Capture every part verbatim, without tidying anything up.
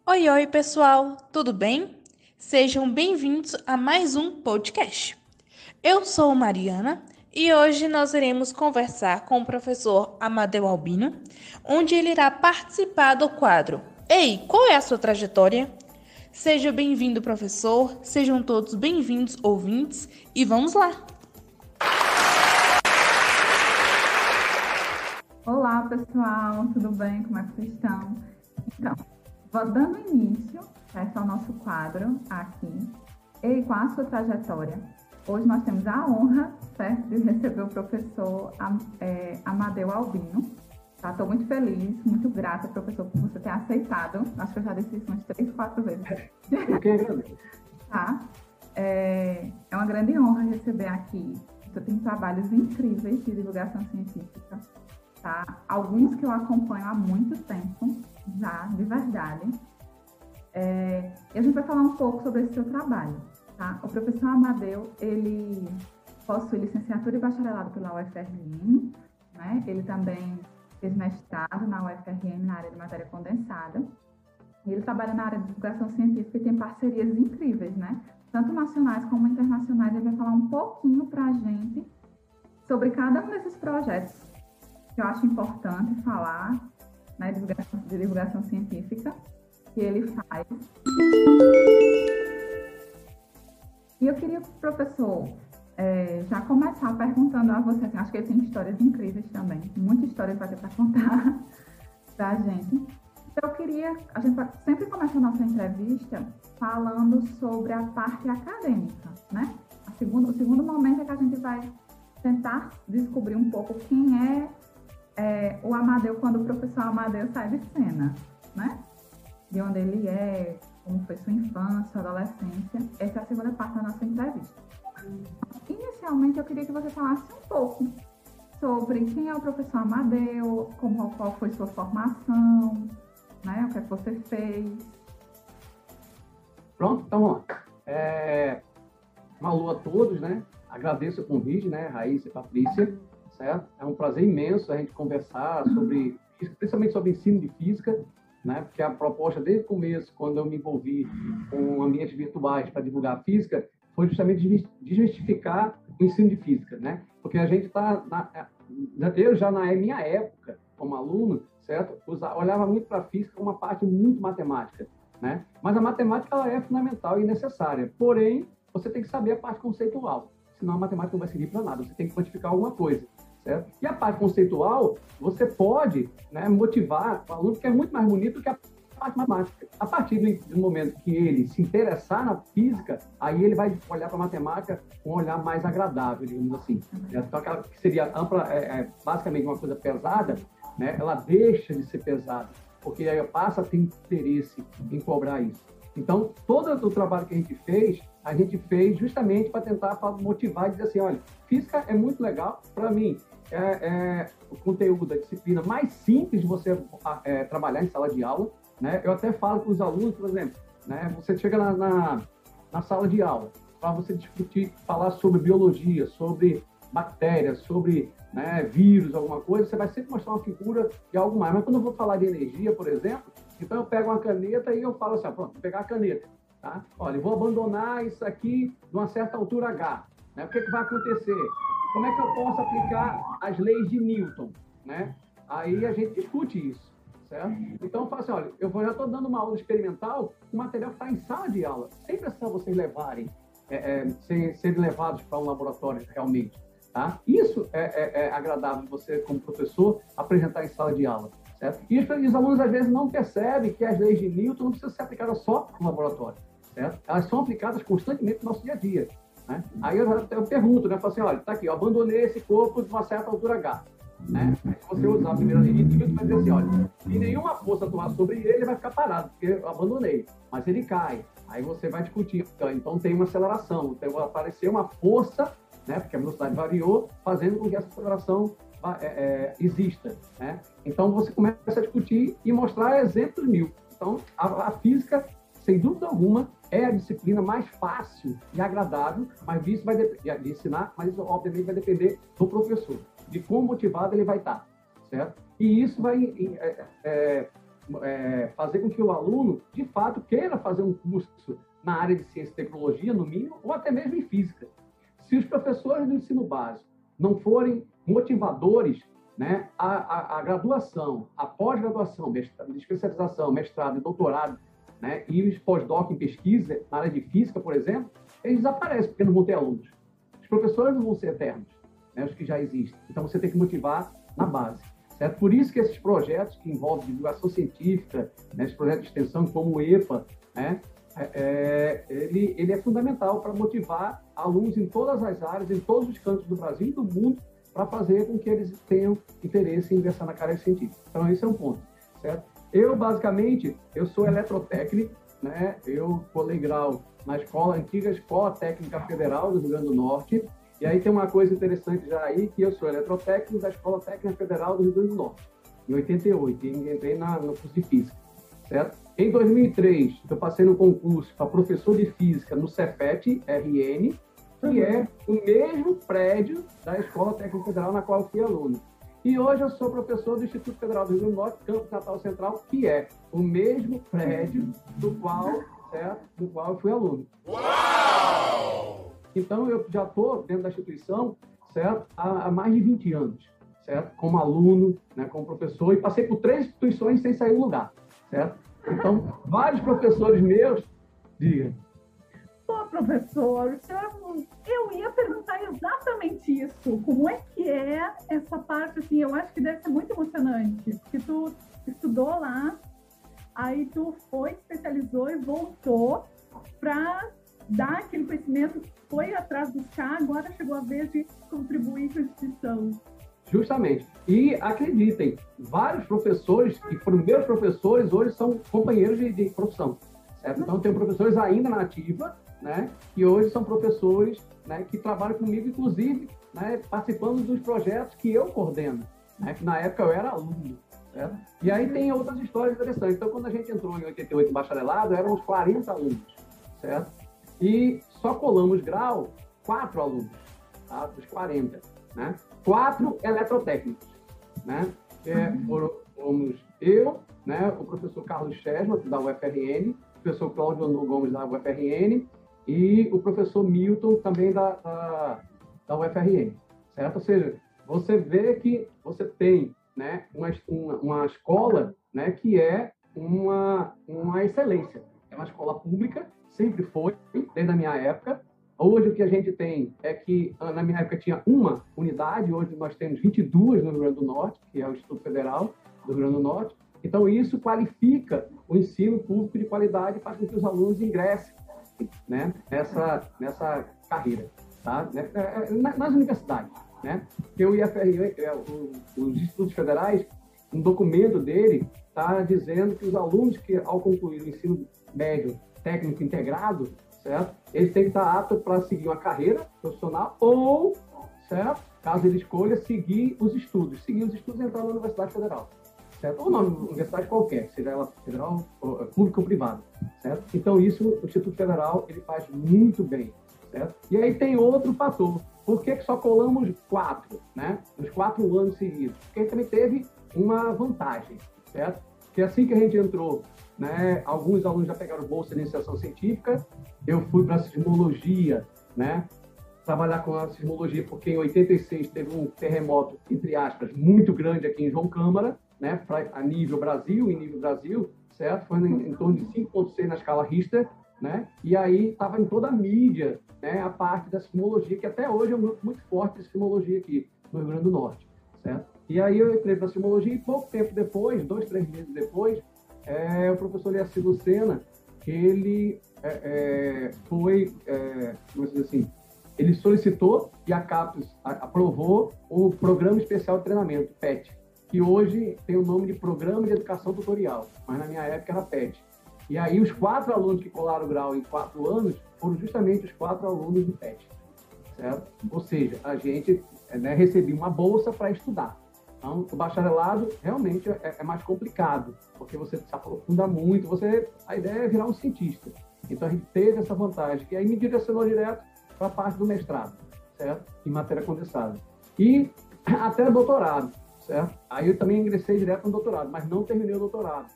Oi, oi, pessoal, tudo bem? Sejam bem-vindos a mais um podcast. Eu sou Mariana e hoje nós iremos conversar com o professor Amadeu Albino, onde ele irá participar do quadro Ei, qual é a sua trajetória? Seja bem-vindo, professor, sejam todos bem-vindos, ouvintes, e vamos lá! Olá, pessoal, tudo bem? Como é que vocês estão? Então, vou dando início, certo, ao nosso quadro aqui, e com a sua trajetória. Hoje nós temos a honra, certo, de receber o professor é, Amadeu Albino. Tá? Estou muito feliz, muito grata, professor, por você ter aceitado. Acho que eu já disse isso umas três, quatro vezes. Ok, agradeço. Tá? É, é uma grande honra receber aqui. Você tem trabalhos incríveis de divulgação científica. Tá? Alguns que eu acompanho há muito tempo, já, de verdade. É, e a gente vai falar um pouco sobre esse seu trabalho. Tá? O professor Amadeu, ele possui licenciatura e bacharelado pela U F R N, né? Ele também fez mestrado na U F R N na área de matéria condensada. E ele trabalha na área de divulgação científica e tem parcerias incríveis, né? Tanto nacionais como internacionais. Ele vai falar um pouquinho para a gente sobre cada um desses projetos que eu acho importante falar, né, de divulgação, de divulgação científica, que ele faz. E eu queria, professor, é, já começar perguntando a você, assim, acho que ele tem histórias incríveis também, muitas histórias para ter para contar para a gente. Então, eu queria, a gente sempre começa a nossa entrevista falando sobre a parte acadêmica, né? A segundo, o segundo momento é que a gente vai tentar descobrir um pouco quem é É, o Amadeu, quando o professor Amadeu sai de cena, né? De onde ele é, como foi sua infância, sua adolescência. Essa é a segunda parte da nossa entrevista. Inicialmente, eu queria que você falasse um pouco sobre quem é o professor Amadeu, como, qual foi sua formação, né? O que é que você fez. Pronto, então, ó, é, uma alô a todos, né? Agradeço o convite, né, Raíssa e Patrícia. Certo? É um prazer imenso a gente conversar sobre, principalmente sobre ensino de física, né? Porque a proposta desde o começo, quando eu me envolvi com ambientes virtuais para divulgar a física, foi justamente desmistificar o ensino de física, né? Porque a gente está, eu já na minha época, como aluno, certo? Olhava muito para a física como uma parte muito matemática, né? Mas a matemática ela é fundamental e necessária, porém, você tem que saber a parte conceitual, senão a matemática não vai servir para nada, você tem que quantificar alguma coisa. Certo? E a parte conceitual, você pode, né, motivar o aluno, que é muito mais bonito do que a parte matemática. A partir do, do momento que ele se interessar na física, aí ele vai olhar para a matemática com um olhar mais agradável, digamos assim. Então, aquela que seria ampla, é, é, basicamente uma coisa pesada, né, ela deixa de ser pesada, porque aí passa a ter interesse em cobrar isso. Então, todo o trabalho que a gente fez, a gente fez justamente para tentar motivar e dizer assim, olha, física é muito legal, para mim, é, é o conteúdo, a disciplina mais simples de você é, trabalhar em sala de aula, né? Eu até falo para os alunos, por exemplo, né? Você chega na, na, na sala de aula, para você discutir, falar sobre biologia, sobre bactérias, sobre, né, vírus, alguma coisa, você vai sempre mostrar uma figura de algo mais. Mas quando eu vou falar de energia, por exemplo, então eu pego uma caneta e eu falo assim, ó, pronto, vou pegar a caneta, tá? Olha, eu vou abandonar isso aqui de uma certa altura H, né? O que, que vai acontecer? Como é que eu posso aplicar as leis de Newton, né? Aí a gente discute isso, certo? Então eu falo assim, olha, eu já estou dando uma aula experimental com material que está em sala de aula, sem precisar vocês levarem, é, é, sem serem levados para um laboratório realmente, tá? Isso é, é, é agradável você, como professor, apresentar em sala de aula, certo? E os alunos, às vezes, não percebem que as leis de Newton não precisam ser aplicadas só no laboratório, certo? Elas são aplicadas constantemente no nosso dia a dia. Né? Aí eu, eu pergunto, né? Eu falo assim, olha, tá aqui, eu abandonei esse corpo de uma certa altura H. Né? Aí, se você usar a primeira lei de Newton, vai dizer assim, olha, se nenhuma força atuar sobre ele, ele vai ficar parado, porque eu abandonei. Mas ele cai. Aí você vai discutir. Então tem uma aceleração, então vai aparecer uma força, né? Porque a velocidade variou, fazendo com que essa aceleração é, é, exista. Né? Então você começa a discutir e mostrar exemplos mil. Então a, a física, sem dúvida alguma, é a disciplina mais fácil e agradável, mas isso vai de, de ensinar, mas isso obviamente vai depender do professor, de quão motivado ele vai estar, certo? E isso vai é, é, é, fazer com que o aluno, de fato, queira fazer um curso na área de ciência e tecnologia, no mínimo, ou até mesmo em física. Se os professores do ensino básico não forem motivadores, né, a, a, a graduação, a pós-graduação, especialização, mestrado e doutorado, né, e os pós-doc em pesquisa na área de física, por exemplo, eles desaparecem porque não vão ter alunos. Os professores não vão ser eternos, né, os que já existem. Então, você tem que motivar na base. Certo? Por isso que esses projetos que envolvem divulgação científica, né, esses projetos de extensão como o EPA, né, é, ele, ele é fundamental para motivar alunos em todas as áreas, em todos os cantos do Brasil e do mundo, para fazer com que eles tenham interesse em ingressar na carreira científica. Então, esse é um ponto. Certo? Eu, basicamente, eu sou eletrotécnico, né, eu colei grau na escola, antiga Escola Técnica Federal do Rio Grande do Norte. E aí tem uma coisa interessante já aí, que eu sou eletrotécnico da Escola Técnica Federal do Rio Grande do Norte, em oitenta e oito, e entrei na, no curso de Física, certo? Em dois mil e três, eu passei no concurso para professor de Física no Cefet R N, que é o mesmo prédio da Escola Técnica Federal na qual eu fui aluno. E hoje eu sou professor do Instituto Federal do Rio Grande do Norte, Campus Natal Central, que é o mesmo prédio do qual, certo? do qual eu fui aluno. Uau! Então, eu já estou dentro da instituição, certo? Há, há mais de vinte anos, certo? Como aluno, né? Como professor, e passei por três instituições sem sair do lugar, certo? Então, vários professores meus, diga. Pô, professor, o senhor, eu ia perguntar exatamente isso. Como é que é essa parte, assim, eu acho que deve ser muito emocionante, porque tu estudou lá, aí tu foi, especializou e voltou para dar aquele conhecimento, foi atrás do chá, agora chegou a vez de contribuir com a instituição. Justamente. E acreditem, vários professores, que foram meus professores, hoje são companheiros de, de profissão. Certo? Então, eu tenho professores ainda na ativa, né, que hoje são professores, né, que trabalham comigo, inclusive, né, participando dos projetos que eu coordeno, né, que na época eu era aluno. Certo? E aí tem outras histórias interessantes. Então, quando a gente entrou em oitenta e oito no bacharelado, eram uns quarenta alunos, certo? E só colamos grau quatro alunos, tá? Dos quarenta, né? Quatro eletrotécnicos, né? É, foram, fomos eu, né? O professor Carlos Chesma, da U F R N, o professor Cláudio Andor Gomes, da U F R N, e o professor Milton, também da, da, da U F R N, certo? Ou seja, você vê que você tem, né, uma, uma, uma escola, né, que é uma, uma excelência. É uma escola pública, sempre foi, desde a minha época. Hoje o que a gente tem é que, na minha época, tinha uma unidade, hoje nós temos vinte e duas no Rio Grande do Norte, que é o Instituto Federal do Rio Grande do Norte. Então, isso qualifica o ensino público de qualidade e faz com que os alunos ingressem, né, nessa, nessa carreira, tá? Nas universidades, né? Porque o I F R N, os institutos federais, um documento dele está dizendo que os alunos que, ao concluir o ensino médio técnico integrado, certo? Eles têm que estar aptos para seguir uma carreira profissional ou, certo? Caso ele escolha, seguir os estudos. Seguir os estudos e entrar na Universidade Federal, certo? Ou na universidade qualquer, seja ela federal, pública ou privada, certo? Então, isso o Instituto Federal ele faz muito bem, certo? E aí tem outro fator. Por que que só colamos quatro, né? Os quatro anos seguidos? Porque também teve uma vantagem, certo? Que assim que a gente entrou, né, alguns alunos já pegaram bolsa de iniciação científica, eu fui para a sismologia, né, trabalhar com a sismologia, porque em oitenta e seis teve um terremoto, entre aspas, muito grande aqui em João Câmara, né, pra, a nível Brasil, em nível Brasil, certo? Foi em, em torno de cinco ponto seis na escala Richter, né, e aí estava em toda a mídia, né, a parte da sismologia, que até hoje é um grupo muito forte de sismologia aqui no Rio Grande do Norte, certo? E aí eu entrei para a sismologia e pouco tempo depois, dois, três meses depois, é, o professor Liacir Lucena, ele é, é, foi, é, vamos dizer assim, ele solicitou e a CAPES aprovou o Programa Especial de Treinamento, P E T, que hoje tem o nome de Programa de Educação Tutorial, mas na minha época era P E T. E aí os quatro alunos que colaram o grau em quatro anos foram justamente os quatro alunos do P E T, certo? Ou seja, a gente, né, recebia uma bolsa para estudar. Então, o bacharelado realmente é, é mais complicado, porque você se aprofunda muito, você, a ideia é virar um cientista. Então, a gente teve essa vantagem, que aí me direcionou direto para a parte do mestrado, certo? Em matéria condensada. E até doutorado, certo? Aí eu também ingressei direto no doutorado, mas não terminei o doutorado,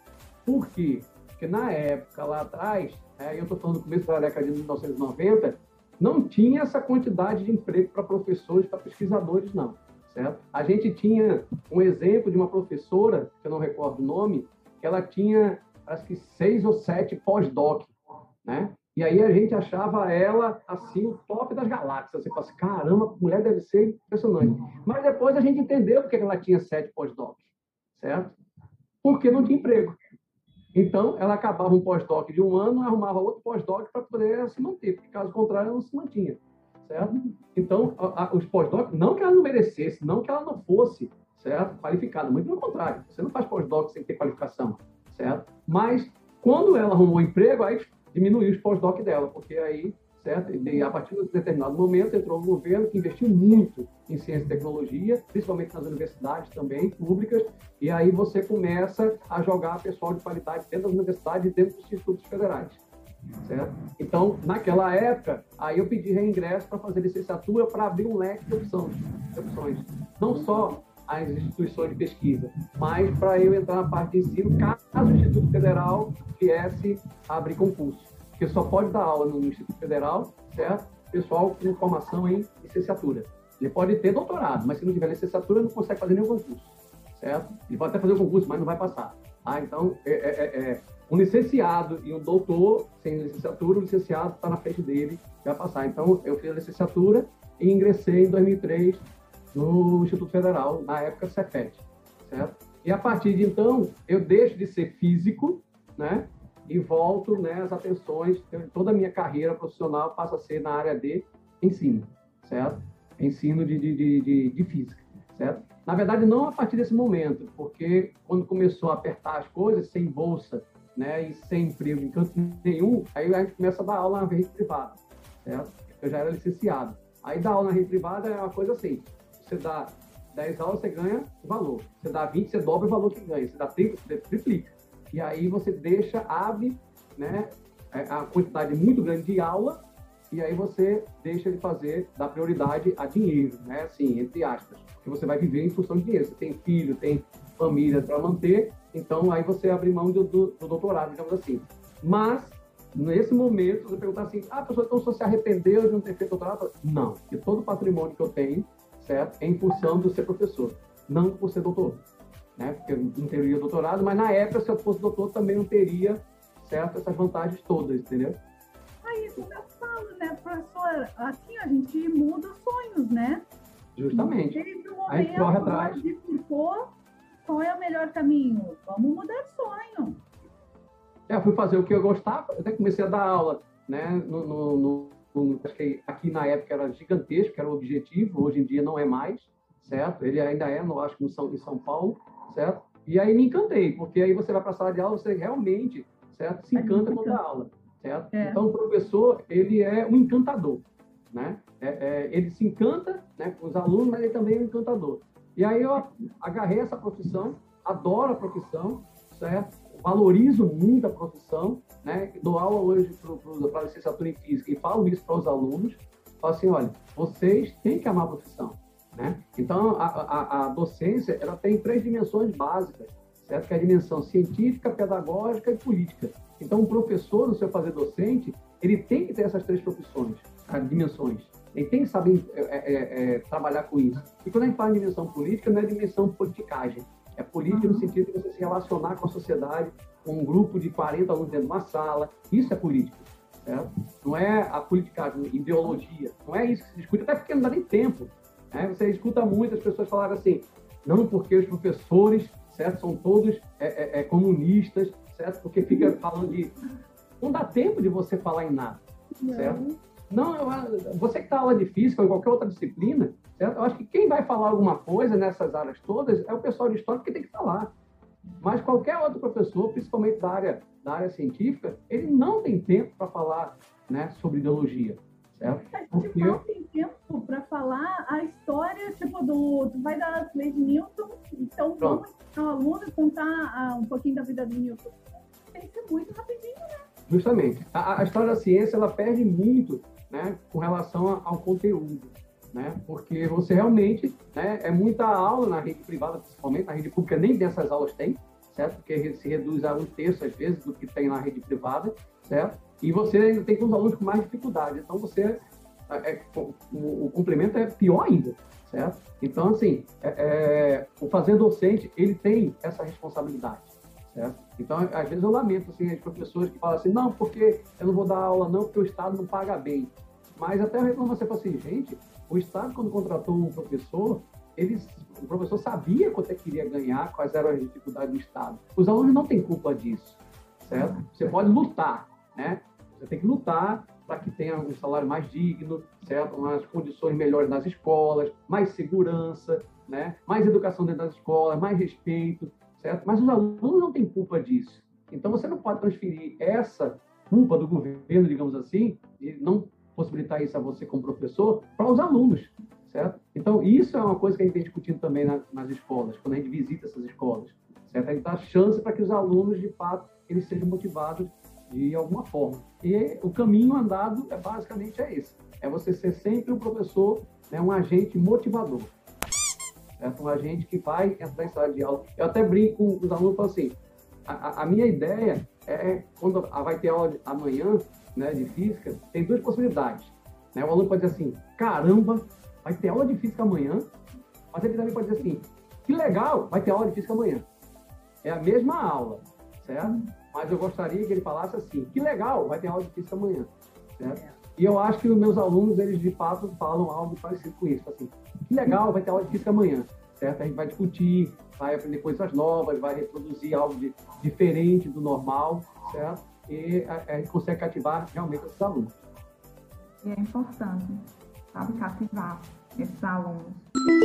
Por quê? Porque na época, lá atrás, é, eu estou falando do começo da década de mil novecentos e noventa, não tinha essa quantidade de emprego para professores, para pesquisadores, não. Certo? A gente tinha um exemplo de uma professora, que eu não recordo o nome, que ela tinha, acho que seis ou sete pós-doc, né? E aí a gente achava ela, assim, o top das galáxias. Você fala assim, caramba, a mulher deve ser impressionante. Mas depois a gente entendeu porque ela tinha sete pós-doc, certo? Porque não tinha emprego. Então, ela acabava um pós-doc de um ano, arrumava outro pós-doc para poder se manter, porque caso contrário, ela não se mantinha, certo? Então, a, a, os pós-doc, não que ela não merecesse, não que ela não fosse, certo? Qualificada, muito pelo contrário. Você não faz pós-doc sem ter qualificação, certo? Mas, quando ela arrumou um emprego, aí diminuiu os pós-doc dela, porque aí, certo? E a partir de um determinado momento, entrou um governo que investiu muito em ciência e tecnologia, principalmente nas universidades também, públicas, e aí você começa a jogar pessoal de qualidade dentro das universidades e dentro dos institutos federais, certo? Então, naquela época, aí eu pedi reingresso para fazer licenciatura para abrir um leque de opções, de opções. Não só as instituições de pesquisa, mas para eu entrar na parte de ensino, caso o Instituto Federal viesse a abrir concurso. Porque só pode dar aula no Instituto Federal, certo? Pessoal com formação em licenciatura. Ele pode ter doutorado, mas se não tiver licenciatura, não consegue fazer nenhum concurso, certo? Ele pode até fazer o concurso, mas não vai passar. Ah, então, é, é, é, um licenciado e um doutor sem licenciatura, o licenciado está na frente dele, vai passar. Então, eu fiz a licenciatura e ingressei em dois mil e três no Instituto Federal, na época Cefet, certo? E a partir de então, eu deixo de ser físico, né? E volto, né, as atenções, toda a minha carreira profissional passa a ser na área de ensino, certo? Ensino de, de, de, de física, certo? Na verdade, não a partir desse momento, porque quando começou a apertar as coisas, sem bolsa, né, e sem emprego em canto nenhum, aí a gente começa a dar aula na rede privada, certo? Eu já era licenciado. Aí dar aula na rede privada é uma coisa assim, você dá dez aulas, você ganha o valor. Você dá vinte, você dobra o valor que ganha. Você dá trinta, você triplica. E aí você deixa, abre, né, a quantidade muito grande de aula, e aí você deixa de fazer, dá prioridade a dinheiro, né, assim, entre aspas. Porque você vai viver em função de dinheiro. Você tem filho, tem família para manter, então aí você abre mão do, do, do doutorado, digamos assim. Mas, nesse momento, você perguntar assim, ah, a pessoa então só se arrependeu de não ter feito doutorado? Não, porque todo o patrimônio que eu tenho, certo, é em função de ser professor, não por ser doutor. Né? Porque eu não teria doutorado, mas na época, se eu fosse doutor, também não teria, certo, essas vantagens todas, entendeu? Aí, como eu falo, né, professor, assim a gente muda sonhos, né? Justamente. Desde o a gente corre momento atrás. onde ficou, qual é o melhor caminho? Vamos mudar sonho. É, eu fui fazer o que eu gostava, eu até comecei a dar aula, né, no, no, no, no, acho que aqui na época era gigantesco, era o objetivo, hoje em dia não é mais, certo? Ele ainda é, no, acho que no São, em São Paulo, certo? E aí me encantei, porque aí você vai para a sala de aula, você realmente, certo, se encanta com a aula, certo? É. Então, o professor, ele é um encantador, né? É, é, ele se encanta, né, com os alunos, mas ele também é um encantador. E aí eu agarrei essa profissão, adoro a profissão, certo? Valorizo muito a profissão, né? Dou aula hoje para a licenciatura em Física e falo isso para os alunos, falo assim, olha, vocês têm que amar a profissão, né? Então, a, a, a docência, ela tem três dimensões básicas, certo? Que é a dimensão científica, pedagógica e política. Então, o professor, no seu fazer docente, ele tem que ter essas três profissões, as dimensões. Ele tem que saber é, é, é, trabalhar com isso. E quando a gente fala em dimensão política, não é dimensão politicagem. É política no sentido de você se relacionar com a sociedade, com um grupo de quarenta alunos dentro de uma sala. Isso é política, certo? Não é a politicagem, ideologia. Não é isso que se discute, até porque não dá nem tempo. Né? Você escuta muitas pessoas falarem assim, não porque os professores, certo, são todos é, é, é, comunistas, certo? Porque fica falando de... Não dá tempo de você falar em nada, certo? Não, eu, você que está aula de física ou em qualquer outra disciplina, certo? Eu acho que quem vai falar alguma coisa nessas áreas todas é o pessoal de história que tem que falar. Mas qualquer outro professor, principalmente da área, da área científica, ele não tem tempo para falar, né, sobre ideologia, certo? A gente Porque... não tem tempo para falar a história, tipo, do... Tu vai dar as leis de Newton, então Pronto. Vamos para o aluno contar uh, um pouquinho da vida do Newton. Tem que ser muito rapidinho, né? Justamente. A, a história da ciência, ela perde muito, né, com relação ao conteúdo, né, porque você realmente, né, é muita aula na rede privada, principalmente na rede pública, nem dessas aulas tem, certo? Porque se reduz a um terço, às vezes, do que tem na rede privada, certo? E você ainda tem com os alunos com mais dificuldade. Então, você, é, o, o complemento é pior ainda, certo? Então, assim, é, é, o fazer docente, ele tem essa responsabilidade, certo? Então, às vezes eu lamento, assim, as professores que falam assim, não, porque eu não vou dar aula não, porque o Estado não paga bem. Mas até quando você fala assim, gente, o Estado, quando contratou um professor, eles, o professor sabia quanto é que iria ganhar, quais eram as dificuldades do Estado. Os alunos não têm culpa disso, certo? Você pode lutar, né? Você tem que lutar para que tenha um salário mais digno, certo? Umas condições melhores nas escolas, mais segurança, né? Mais educação dentro das escolas, mais respeito, certo? Mas os alunos não têm culpa disso. Então, você não pode transferir essa culpa do governo, digamos assim, e não possibilitar isso a você como professor, para os alunos, certo? Então, isso é uma coisa que a gente tem discutido também na, nas escolas, quando a gente visita essas escolas, certo? A gente dá chance para que os alunos, de fato, eles sejam motivados de alguma forma. E o caminho andado é basicamente é esse. É você ser sempre um professor, né, um agente motivador. Certo? Um agente que vai entrar em sala de aula. Eu até brinco com os alunos e falo assim, a, a minha ideia é, quando vai ter aula de, amanhã, né, de física, tem duas possibilidades. Né? O aluno pode dizer assim, caramba, vai ter aula de física amanhã, mas ele também pode dizer assim, que legal, vai ter aula de física amanhã. É a mesma aula, certo? Mas eu gostaria que ele falasse assim, que legal, vai ter aula de física amanhã, certo? E eu acho que os meus alunos, eles de fato falam algo parecido com isso, assim, que legal, vai ter aula de física amanhã, certo? A gente vai discutir, vai aprender coisas novas, vai reproduzir algo de, diferente do normal, certo? E a, a gente consegue cativar realmente esses alunos. E é importante, sabe, cativar esses alunos.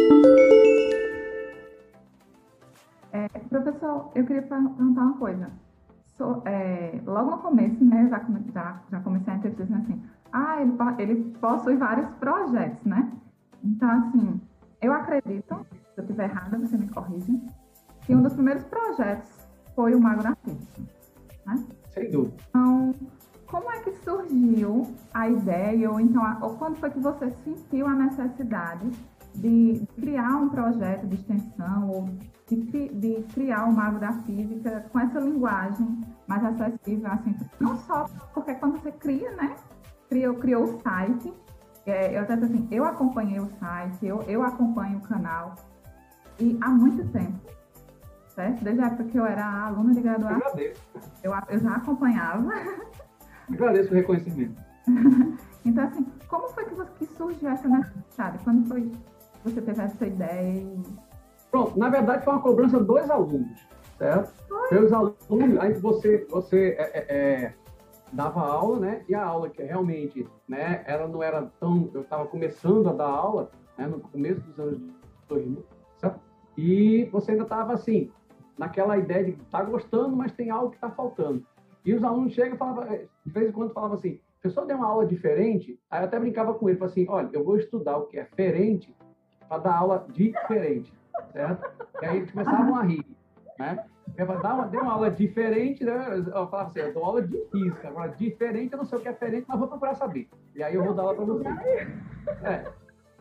É, professor, eu queria perguntar uma coisa. So, é, logo no começo, né, já, já, já comecei a entrevista dizendo assim, ah, ele, ele possui vários projetos, né? Então, assim, eu acredito, se eu estiver errada, você me corrige, que um dos primeiros projetos foi o Mago da Física, né? Sem dúvida. Então, como é que surgiu a ideia, ou então, ou quando foi que você sentiu a necessidade de criar um projeto de extensão, ou de, de criar o Mago da Física com essa linguagem mais acessível, assim, não só porque quando você cria, né, criou, criou o site, é, eu até assim, eu acompanhei o site, eu, eu acompanho o canal, e há muito tempo, certo? Desde a época que eu era aluna de graduação, eu, agradeço. eu, eu já acompanhava. Agradeço o reconhecimento. Então, assim, como foi que, você, que surgiu essa necessidade? Quando foi que você teve essa ideia? E... Pronto, na verdade foi uma cobrança dos alunos, certo? Foi. Pelos alunos, aí você, você é, é, é, dava aula, né? E a aula que realmente, né? Ela não era tão... Eu estava começando a dar aula, né? No começo dos anos dois mil, certo? E você ainda estava assim, naquela ideia de estar tá gostando, mas tem algo que está faltando. E os alunos chegam e falavam, de vez em quando falavam assim, o professor deu uma aula diferente, aí eu até brincava com ele, falava assim, olha, eu vou estudar o que é diferente para dar aula diferente, certo? E aí eles começavam a rir, né? Eu falava, deu uma aula diferente, né? Eu falava assim, eu dou aula de física, agora diferente, eu não sei o que é diferente, mas vou procurar saber. E aí eu vou dar aula para vocês. É.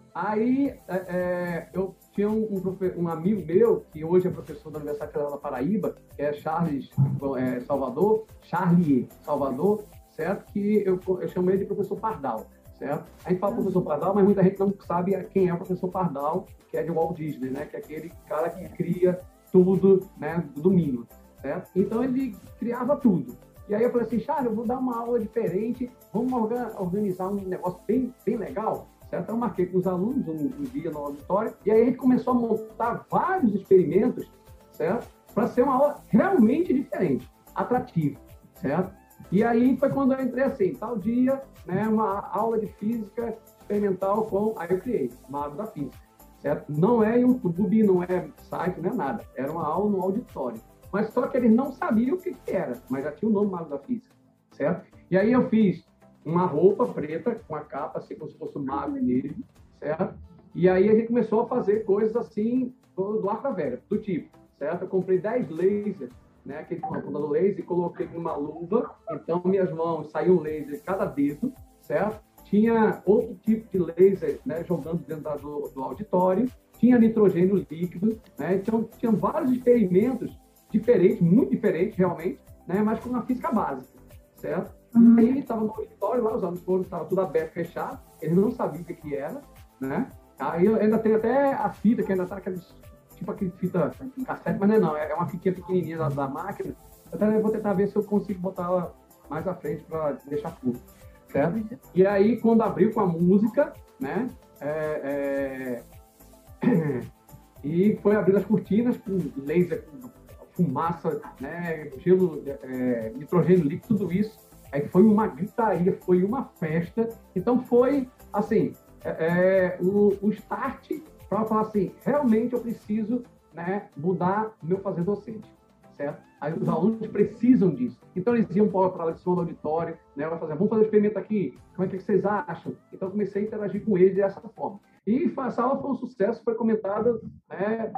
Aí é, é, eu tinha um, um, um amigo meu, que hoje é professor da Universidade Federal da Paraíba, que é Charles é, Salvador, Charlie Salvador, certo? Que eu, eu chamo ele de professor Pardal, certo? A gente fala professor Pardal, mas muita gente não sabe quem é o professor Pardal, que é de Walt Disney, né? Que é aquele cara que cria tudo, né? Do mínimo, certo? Então ele criava tudo. E aí eu falei assim, Charles, eu vou dar uma aula diferente, vamos organizar um negócio bem, bem legal. Certo? Eu marquei com os alunos um, um dia no auditório e aí a gente começou a montar vários experimentos, certo? Para ser uma aula realmente diferente, atrativa, certo? E aí foi quando eu entrei assim, tal dia, né, uma aula de física experimental com... Aí eu criei, Mago da Física, certo? Não é YouTube, não é site, não é nada. Era uma aula no auditório. Mas só que eles não sabiam o que, que era, mas já tinha o nome Mago da Física, certo? E aí eu fiz uma roupa preta com a capa, assim, como se fosse um mago mesmo, certo? E aí a gente começou a fazer coisas assim do, do arco velha, do tipo, certo? Eu comprei dez lasers, né? Aquele computador laser, e coloquei numa luva, então minhas mãos saíam laser de cada dedo, certo? Tinha outro tipo de laser, né? Jogando dentro do, do auditório, tinha nitrogênio líquido, né? Então tinha vários experimentos diferentes, muito diferentes realmente, né? Mas com uma física básica, certo? Uhum. E aí estava no auditório lá, os alunos foram, estava tudo aberto, fechado, eles não sabiam o que, que era, né? Aí eu ainda tem até a fita, que ainda está aqueles, tipo aquele fita cassete, mas não é não, é uma fitinha pequenininha da, da máquina. Até eu vou tentar ver se eu consigo botar ela mais à frente para deixar puro, certo? E aí, quando abriu com a música, né? É, é... e foi abrir as cortinas com laser, com fumaça, né? Gelo, é, nitrogênio líquido, tudo isso. Aí foi uma gritaria, foi uma festa. Então foi, assim, é, é, o, o start para falar assim, realmente eu preciso, né, mudar o meu fazer docente, certo? Aí os alunos precisam disso. Então eles iam para a lição do auditório, né, vai fazer, vamos fazer um experimento aqui, como é que vocês acham? Então eu comecei a interagir com eles dessa forma. E a sala foi um sucesso, foi comentada, né,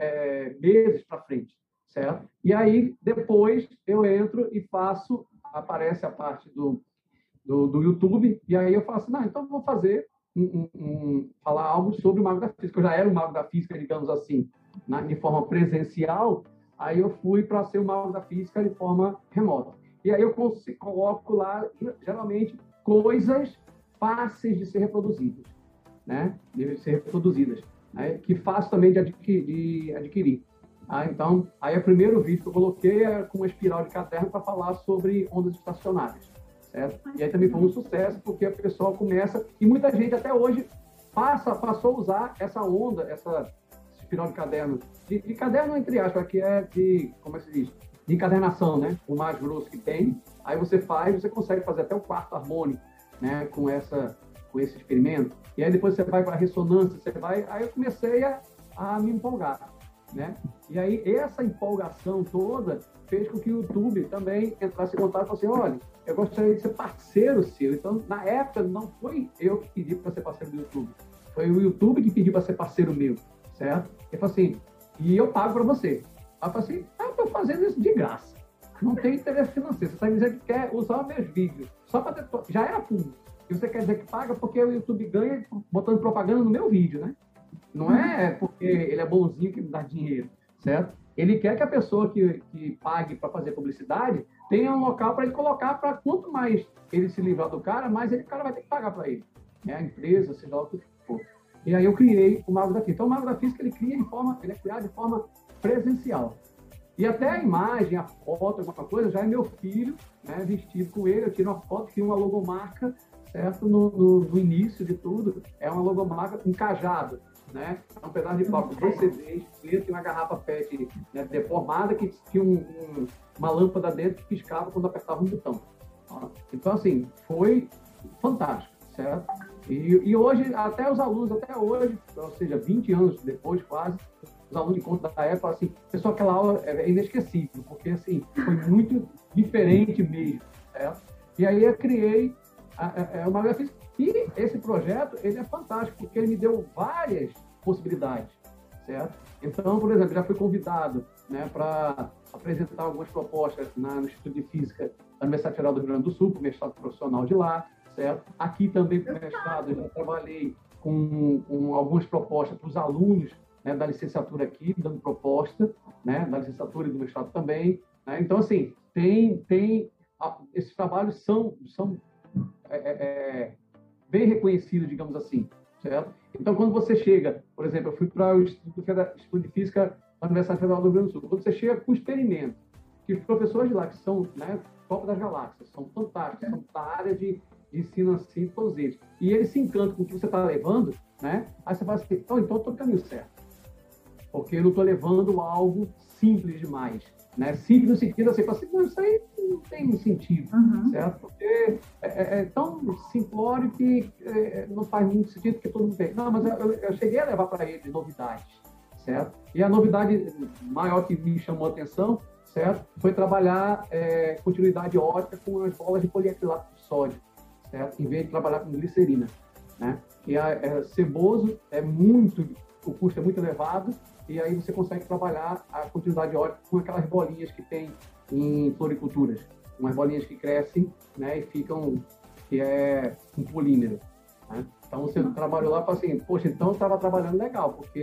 é, meses para frente, certo? E aí depois eu entro e faço, aparece a parte do, do, do YouTube, e aí eu falo assim, não, então eu vou fazer Um, um, um, falar algo sobre o Mago da Física. Eu já era o Mago da Física, digamos assim, na, de forma presencial, aí eu fui para ser o Mago da Física de forma remota. E aí eu consigo, coloco lá, geralmente, coisas fáceis de ser reproduzidas, né? De ser reproduzidas, né? Que fácil também de adquirir. De adquirir. Ah, então, aí o primeiro vídeo que eu coloquei é com uma espiral de caderno para falar sobre ondas estacionárias. Certo? E aí também foi um sucesso, porque o pessoal começa, e muita gente até hoje passa, passou a usar essa onda, essa espiral de caderno, de, de caderno entre aspas, que é de, como é que se diz? De encadernação, né? O mais grosso que tem, aí você faz, você consegue fazer até o quarto harmônico, né? Com, essa, com esse experimento, e aí depois você vai para a ressonância, você vai, aí eu comecei a, a me empolgar, né? E aí essa empolgação toda fez com que o YouTube também entrasse em contato e falasse assim, olha, eu gostaria de ser parceiro seu. Então, na época, não foi eu que pedi para ser parceiro do YouTube. Foi o YouTube que pediu para ser parceiro meu, certo? Ele falou assim, e eu pago para você. Aí eu falei assim, ah, eu estou fazendo isso de graça. Não tem interesse financeiro. Você está dizendo que quer usar meus vídeos. Só para ter... Já era público. E você quer dizer que paga porque o YouTube ganha botando propaganda no meu vídeo, né? Não é porque ele é bonzinho que me dá dinheiro, certo? Ele quer que a pessoa que, que pague para fazer publicidade tenha um local para ele colocar, para quanto mais ele se livrar do cara, mais ele, o cara vai ter que pagar para ele. Né? A empresa, seja lá o que for. E aí eu criei o Mago da Física. Então o Mago da Física ele, cria de forma, ele é criado de forma presencial. E até a imagem, a foto, alguma coisa, já é meu filho, né, vestido com ele. Eu tiro uma foto, crio uma logomarca, certo? No, no, no início de tudo, é uma logomarca com cajado. Né? É um pedaço de pau com dois C Ds, dentro de uma garrafa P E T, né, deformada, que tinha um, um, uma lâmpada dentro que piscava quando apertava um botão. Então, assim, foi fantástico, certo? E, e hoje, até os alunos, até hoje, ou seja, vinte anos depois, quase, os alunos de conta da época falam assim, pessoal, aquela aula é inesquecível, porque, assim, foi muito diferente mesmo, certo? E aí eu criei a, a, a, uma Mago Física. E esse projeto, ele é fantástico, porque ele me deu várias possibilidades, certo? Então, por exemplo, já fui convidado, né, para apresentar algumas propostas na, no Instituto de Física da Universidade Federal do Rio Grande do Sul, para o mestrado profissional de lá, certo? Aqui também, para o mestrado, eu já trabalhei com, com algumas propostas para os alunos, né, da licenciatura aqui, dando proposta, né, da licenciatura e do mestrado também, né? Então, assim, tem, tem, esses trabalhos são, são é, é, bem reconhecidos, digamos assim, certo? Então, quando você chega, por exemplo, eu fui para o Instituto, Instituto de Física da Universidade Federal do Rio Grande do Sul, quando você chega com o experimento, que os professores de lá, que são, né, top das galáxias, são fantásticos, são da área de, de ensino assim, todos eles, e eles se encantam com o que você está levando, né? Aí você fala assim, oh, então eu estou no caminho certo, porque eu não estou levando algo simples demais, né? Simples no sentido assim, assim, não, isso aí não tem sentido, uhum. certo? Porque é, é tão simplório que é, não faz muito sentido, porque todo mundo tem. Não, mas eu, eu cheguei a levar para ele novidades, certo? E a novidade maior que me chamou a atenção, certo? Foi trabalhar é, continuidade ótica com as bolas de polietilato de sódio, certo? Em vez de trabalhar com glicerina, né? Que é, é ceboso, é muito, o custo é muito elevado, e aí você consegue trabalhar a continuidade ótica com aquelas bolinhas que tem em floriculturas, umas bolinhas que crescem, né, e ficam, que é um polímero, né? Então você trabalhou lá e fala assim, poxa, então eu estava trabalhando legal, porque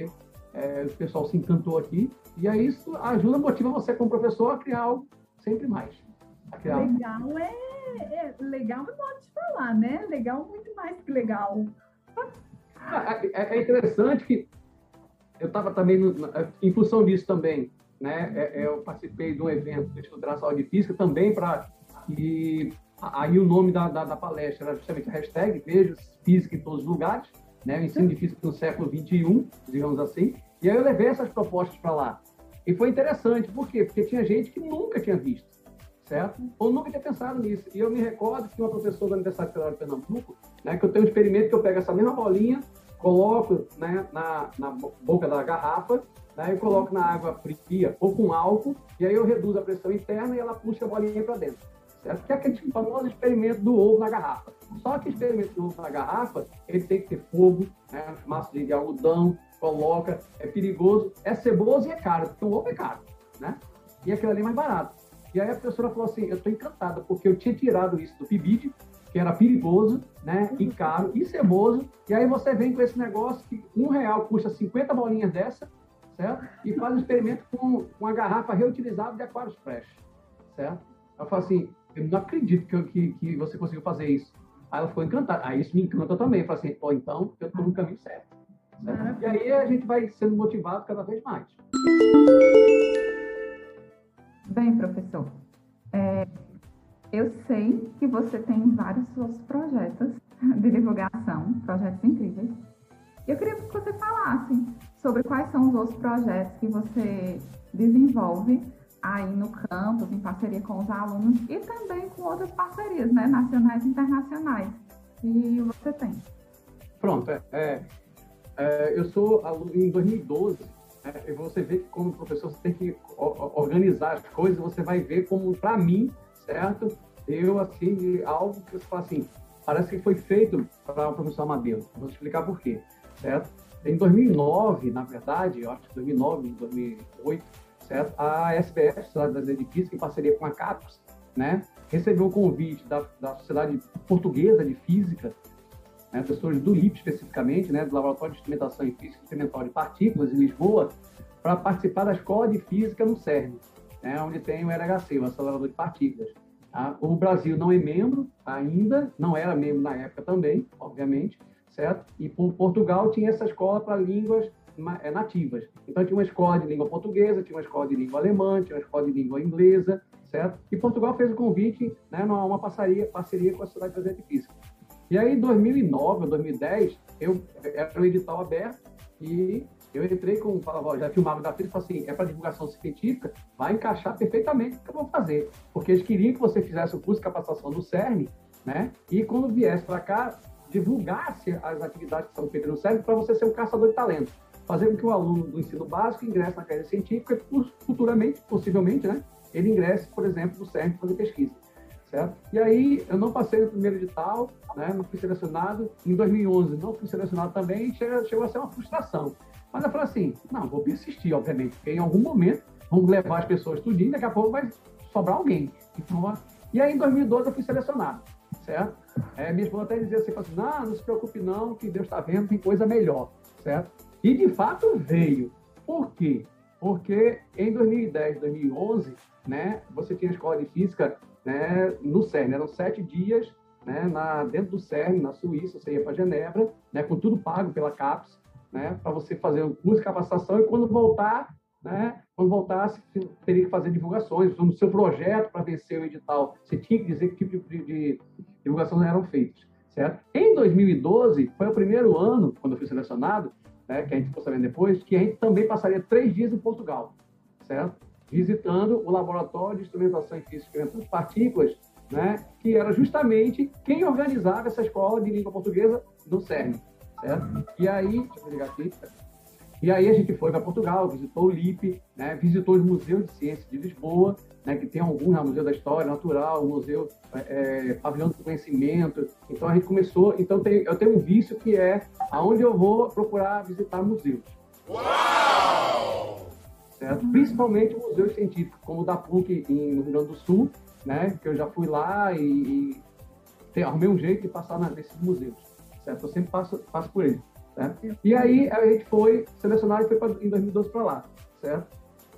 é, o pessoal se encantou aqui, e aí isso ajuda, motiva você como professor a criar algo sempre mais. Criar... Legal é, é legal é modo de falar, né? Legal muito mais que legal. É, é interessante que eu estava também, no, em função disso também, né? É, eu participei de um evento de estudar saúde física também para e aí o nome da, da, da palestra era justamente a hashtag Veja Física em Todos os Lugares, né? O ensino de física no século vinte e um, digamos assim. E aí eu levei essas propostas para lá. E foi interessante, por quê? Porque tinha gente que nunca tinha visto, certo? Ou nunca tinha pensado nisso. E eu me recordo que uma professora da Universidade Federal de Pernambuco, né, que eu tenho um experimento que eu pego essa mesma bolinha, coloco, né, na, na boca da garrafa, né, eu coloco na água fria ou com álcool, e aí eu reduzo a pressão interna e ela puxa a bolinha para dentro. Certo? Que é aquele famoso experimento do ovo na garrafa. Só que o experimento do ovo na garrafa, ele tem que ter fogo, né, massa de algodão, coloca, é perigoso, é ceboso e é caro, porque o ovo é caro, né? E aquilo ali é mais barato. E aí a professora falou assim, eu estou encantada, porque eu tinha tirado isso do P I B I D, que era perigoso, né, e caro, e ceboso, e aí você vem com esse negócio que um real custa cinquenta bolinhas dessa, certo? E faz um experimento com uma garrafa reutilizável de Aquarius Fresh, certo? Ela falou assim, eu não acredito que, que, que você conseguiu fazer isso. Aí ela ficou encantada. Aí isso me encanta também. Eu falei assim, pô, então eu estou no caminho certo. certo? E aí a gente vai sendo motivado cada vez mais. Bem, professor, é, eu sei que você tem vários outros projetos de divulgação, projetos incríveis. Eu queria que você falasse sobre quais são os outros projetos que você desenvolve aí no campus, em parceria com os alunos e também com outras parcerias, né, nacionais e internacionais, que você tem. Pronto, é, é, é, eu sou aluno em dois mil e doze, né, e você vê que como professor você tem que organizar as coisas, você vai ver como, para mim, certo, eu, assim, algo que você fala assim, parece que foi feito para o professor Amadeu, vou explicar por quê, certo? Em dois mil e nove, na verdade, eu acho que dois mil e nove, dois mil e oito, certo? A S B F, Sociedade Brasileira de Física, em parceria com a CAPES, né, recebeu o convite da, da Sociedade Portuguesa de Física, né, professores do I P especificamente, né, do Laboratório de Instrumentação em Física Experimental de Partículas, em Lisboa, para participar da Escola de Física no CERN, né, onde tem o L H C, o acelerador de partículas. Tá? O Brasil não é membro ainda, não era membro na época também, obviamente, certo? E Portugal tinha essa escola para línguas nativas. Então, tinha uma escola de língua portuguesa, tinha uma escola de língua alemã, tinha uma escola de língua inglesa, certo? E Portugal fez o convite, né, numa parceria, parceria com a Sociedade Brasileira de Física. E aí, em dois mil e nove ou dois mil e dez, eu, era um edital aberto e eu entrei com, falava, já filmava da física, falei assim, é para divulgação científica, vai encaixar perfeitamente o que eu vou fazer. Porque eles queriam que você fizesse o curso de capacitação do CERN, né? E quando viesse para cá, divulgasse as atividades que são feitas no CERN para você ser um caçador de talento. Fazer com que o aluno do ensino básico ingresse na carreira científica e, futuramente, possivelmente, né, ele ingresse, por exemplo, no CERN para fazer pesquisa, certo? E aí, eu não passei no primeiro edital, né, não fui selecionado. Em dois mil e onze, não fui selecionado também e chegou, chegou a ser uma frustração. Mas eu falei assim, não, vou persistir, obviamente, porque em algum momento vamos levar as pessoas tudinho e daqui a pouco vai sobrar alguém. Então, e aí, em dois mil e doze, eu fui selecionado, certo? É, minha esposa até dizia assim, assim, não, não se preocupe não, que Deus está vendo, tem coisa melhor, certo? E, de fato, veio. Por quê? Porque em dois mil e dez, dois mil e onze, né, você tinha a escola de física, né, no CERN. Eram sete dias, né, na, dentro do CERN, na Suíça. Você ia para Genebra, né, com tudo pago pela CAPES, né, para você fazer um curso de capacitação. E quando voltar, né, quando voltasse, teria que fazer divulgações. No seu projeto, para vencer o edital, você tinha que dizer que tipo de, de divulgações eram feitas. Certo? Em dois mil e doze, foi o primeiro ano, quando eu fui selecionado, né, que a gente ficou sabendo depois, que a gente também passaria três dias em Portugal, certo? Visitando o Laboratório de Instrumentação em Física Experimental de Partículas, né, que era justamente quem organizava essa escola de língua portuguesa do CERN, certo? E aí, deixa eu ligar aqui, e aí a gente foi para Portugal, visitou o L I P, né, visitou os Museus de Ciências de Lisboa, né, que tem alguns, né, o Museu da História Natural, o Museu é, Pavilhão do Conhecimento. Então a gente começou, então tem, eu tenho um vício que é aonde eu vou procurar visitar museus. Uau! Certo? Principalmente museus científicos, como o da PUC em, no Rio Grande do Sul, né, que eu já fui lá e, e arrumei um jeito de passar na, nesses museus, certo? Eu sempre passo, passo por eles. Né? E aí a gente foi selecionado e foi pra, em dois mil e doze para lá, certo?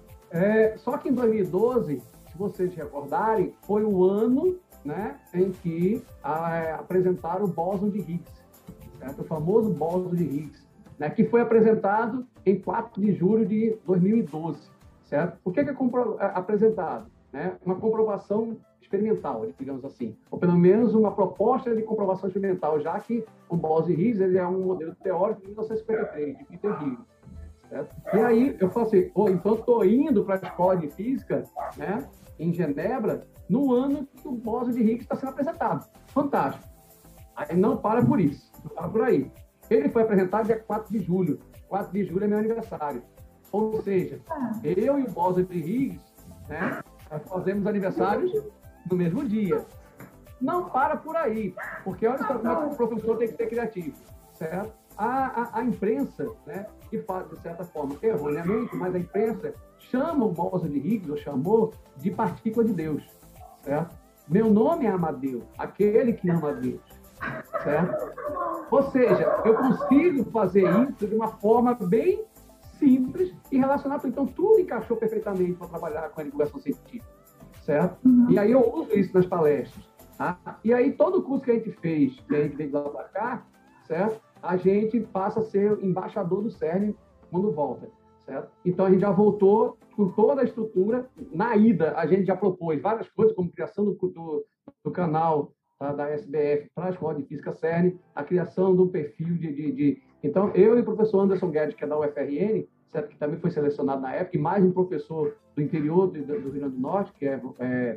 É, só que em dois mil e doze, se vocês recordarem, foi o ano, né, em que a, apresentaram o bóson de Higgs, certo? O famoso bóson de Higgs, né, que foi apresentado em quatro de julho de dois mil e doze, certo? Por que que é, compro, é apresentado? Né? Uma comprovação experimental, digamos assim, ou pelo menos uma proposta de comprovação experimental, já que o bóson de Higgs ele é um modelo teórico de mil novecentos e cinquenta e três, de Peter Higgs. Certo? E aí eu falei assim, oh, então estou indo para a escola de física, né, em Genebra, no ano que o bóson de Higgs está sendo apresentado. Fantástico. Aí não para por isso, não para por aí. Ele foi apresentado dia quatro de julho. quatro de julho é meu aniversário. Ou seja, eu e o bóson de Higgs, né, fazemos aniversários no mesmo dia. Não para por aí, porque olha só como é que o professor tem que ser criativo, certo? A, a, a imprensa, né, que faz, de certa forma, erroneamente, mas a imprensa chama o bóson de Higgs, ou chamou, de partícula de Deus, certo? Meu nome é Amadeu, aquele que ama a Deus, certo? Ou seja, eu consigo fazer isso de uma forma bem simples e relacionar, então tudo encaixou perfeitamente para trabalhar com a divulgação científica, certo? Uhum. E aí eu uso isso nas palestras, tá? E aí todo o curso que a gente fez, que a gente veio lá para cá, certo? A gente passa a ser embaixador do CERN quando volta, certo? Então, a gente já voltou com toda a estrutura. Na ida, a gente já propôs várias coisas, como criação do, do, do canal, tá, da S B F para a Escola de Física CERN, a criação do perfil de, de, de... Então, eu e o professor Anderson Guedes, que é da U F R N, certo? Que também foi selecionado na época, e mais um professor do interior do, do Rio Grande do Norte, que é, é,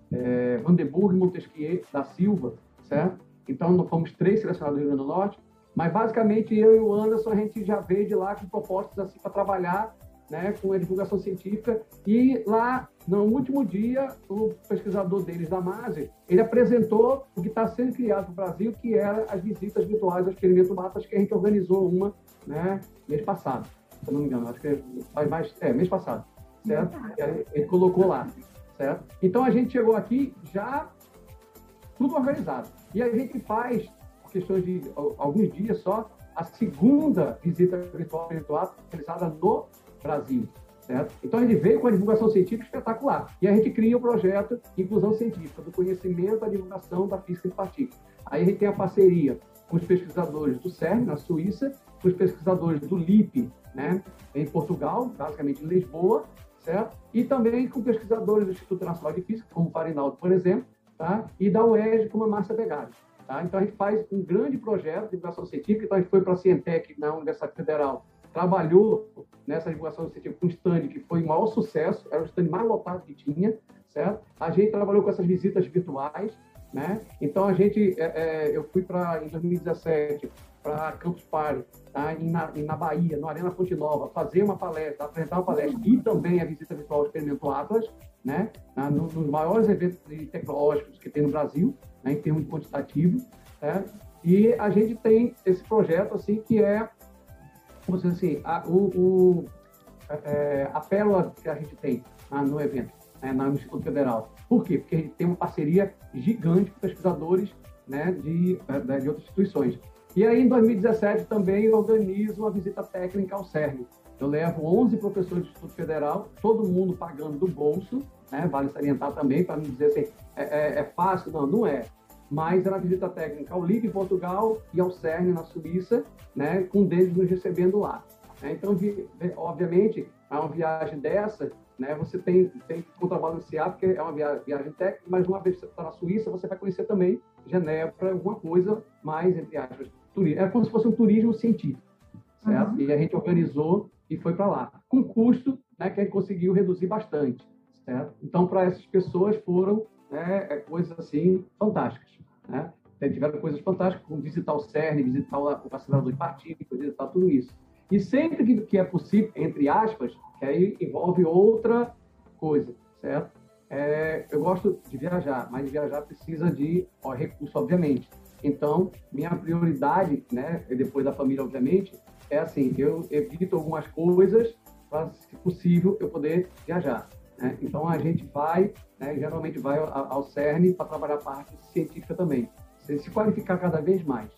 é Vanderburg Montesquieu da Silva, certo? Então, nós fomos três selecionados do Rio Grande do Norte. Mas, basicamente, eu e o Anderson, a gente já veio de lá com propostas assim, para trabalhar, né, com a divulgação científica. E lá, no último dia, o pesquisador deles, da MASE, ele apresentou o que está sendo criado no Brasil, que era as visitas virtuais ao Experimento Mapas, que a gente organizou uma, né, mês passado, se eu não me engano. Acho que faz mais... É, mês passado, certo? Ele, ele colocou lá, certo? Então, a gente chegou aqui já tudo organizado. E a gente faz... questões de alguns dias só, a segunda visita virtual realizada no Brasil, certo? Então, a gente veio com a divulgação científica espetacular. E a gente cria o projeto de inclusão científica, do conhecimento à divulgação da física de partículas. Aí a gente tem a parceria com os pesquisadores do CERN, na Suíça, com os pesquisadores do L I P, né, em Portugal, basicamente em Lisboa, certo? E também com pesquisadores do Instituto Nacional de Física, como o Farinaldo, por exemplo, tá? E da U E R J, como a Márcia Begari. Tá? Então, a gente faz um grande projeto de divulgação científica. Então, a gente foi para a Cientec, na Universidade Federal, trabalhou nessa divulgação científica com um stand que foi o maior sucesso, era o stand mais lotado que tinha, certo? A gente trabalhou com essas visitas virtuais, né? Então, a gente, é, é, eu fui para, em dois mil e dezessete, para Campus Party, tá? em, na, em, na Bahia, no Arena Fonte Nova, fazer uma palestra, apresentar uma palestra e também a visita virtual ao Experimento Atlas, né? Na, no, nos maiores eventos tecnológicos que tem no Brasil, né? Em termos de quantitativo, né? E a gente tem esse projeto, assim, que é, como se assim, a, o, o, é, a pérola que a gente tem ah, no evento, né? No Instituto Federal. Por quê? Porque a gente tem uma parceria gigante com pesquisadores, né? de, de outras instituições. E aí, em dois mil e dezessete, também eu organizo uma visita técnica ao CERN. Eu levo onze professores do Instituto Federal, todo mundo pagando do bolso, né? Vale salientar também, para não dizer assim, é, é, é fácil, não, não é. Mas era uma visita técnica ao L I P em Portugal e ao CERN na Suíça, né? Com um deles nos recebendo lá. Então, vi, obviamente, a uma viagem dessa, né? Você tem, tem que contrabalancear, porque é uma viagem, viagem técnica, mas uma vez que você está na Suíça, você vai conhecer também Genebra, alguma coisa mais, entre aspas, turismo. É como se fosse um turismo científico, certo? Uhum. E a gente organizou e foi para lá, com custo, né, que a gente conseguiu reduzir bastante, certo? Então, para essas pessoas foram, né, coisas assim fantásticas, né? Tiveram coisas fantásticas, como visitar o CERN, visitar o acelerador de partículas, visitar tudo isso. E sempre que, que é possível, entre aspas, que aí envolve outra coisa, certo? É, eu gosto de viajar, mas viajar precisa de ó, recurso, obviamente. Então, minha prioridade, né, depois da família, obviamente, é assim, eu evito algumas coisas para, se possível, eu poder viajar, né? Então, a gente vai, né, geralmente vai ao, ao CERN para trabalhar a parte científica também. Se, se qualificar cada vez mais,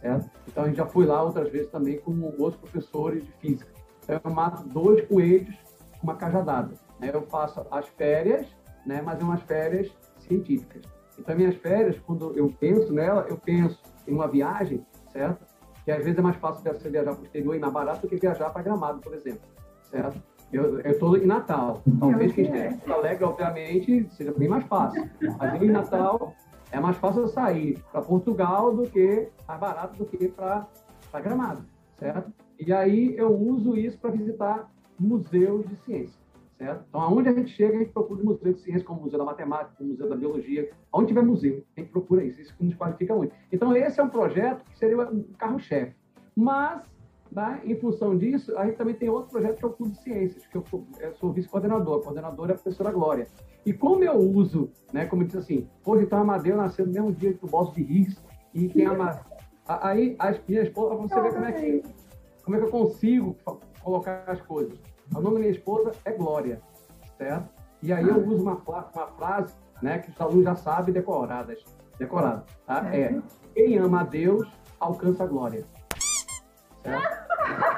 certo? Então, a gente já foi lá outras vezes também com outros professores de física. Então, eu mato dois coelhos com uma cajadada, né? Eu faço as férias, né? Mas umas férias científicas. Então, minhas férias, quando eu penso nela, eu penso em uma viagem, certo? Que às vezes é mais fácil você viajar para o exterior e mais barato do que viajar para Gramado, por exemplo, certo? Eu estou em Natal. Talvez quem esteja em Porto Alegre, obviamente, seja bem mais fácil. Mas em Natal é mais fácil eu sair para Portugal do que, mais barato do que para Gramado, certo? E aí eu uso isso para visitar museus de ciência, certo? Então, aonde a gente chega, a gente procura um museu de ciência, como o Museu da Matemática, como o Museu da Biologia. Onde tiver museu, a gente procura isso. Isso nos qualifica muito. Então, esse é um projeto que seria um carro-chefe. Mas, né, em função disso, a gente também tem outro projeto que é o Clube de Ciências, que eu, eu sou vice-coordenador. A coordenadora é a professora Glória. E como eu uso, né, como eu disse assim, hoje então a Amadeu nasceu no mesmo dia que o Boston de Higgs, e tem a... Aí, a minha esposa, você vê como é que, como é que eu consigo colocar as coisas. O nome da minha esposa é Glória, certo? E aí eu uso uma, uma frase, né, que os alunos já sabem decoradas, decoradas, tá? É, quem ama a Deus, alcança a glória. Certo?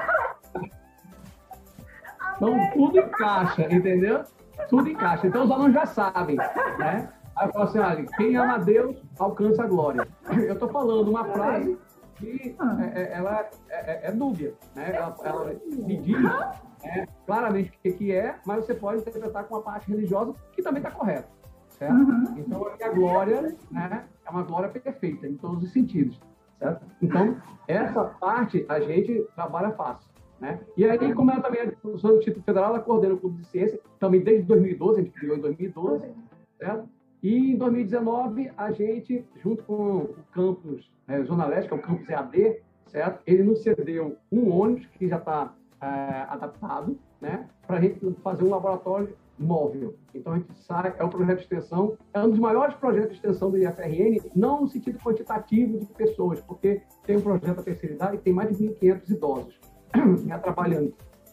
Então, tudo encaixa, entendeu? Tudo encaixa. Então, os alunos já sabem, né? Aí eu falo assim, olha, quem ama a Deus, alcança a glória. Eu estou falando uma frase que é, é, ela é, é, é dúbia, né? Ela, ela me diz é, claramente o que, que é, mas você pode interpretar com uma parte religiosa que também está correta, certo? Uhum. Então, a minha glória, né, é uma glória perfeita, em todos os sentidos, certo? Então, essa parte a gente trabalha fácil, né? E aí, como ela também é professora do Instituto Federal, ela coordena o Clube de Ciência, também desde dois mil e doze, a gente criou em dois mil e doze, certo? E em dois mil e dezenove, a gente, junto com o campus né, Zona Leste, que é o campus E A D, certo? Ele nos cedeu um ônibus que já está é, adaptado, né? Para a gente fazer um laboratório móvel. Então, a gente sai, é um projeto de extensão, é um dos maiores projetos de extensão do I F R N, não no sentido quantitativo de pessoas, porque tem um projeto da terceira idade e tem mais de mil e quinhentos idosos né, trabalhando,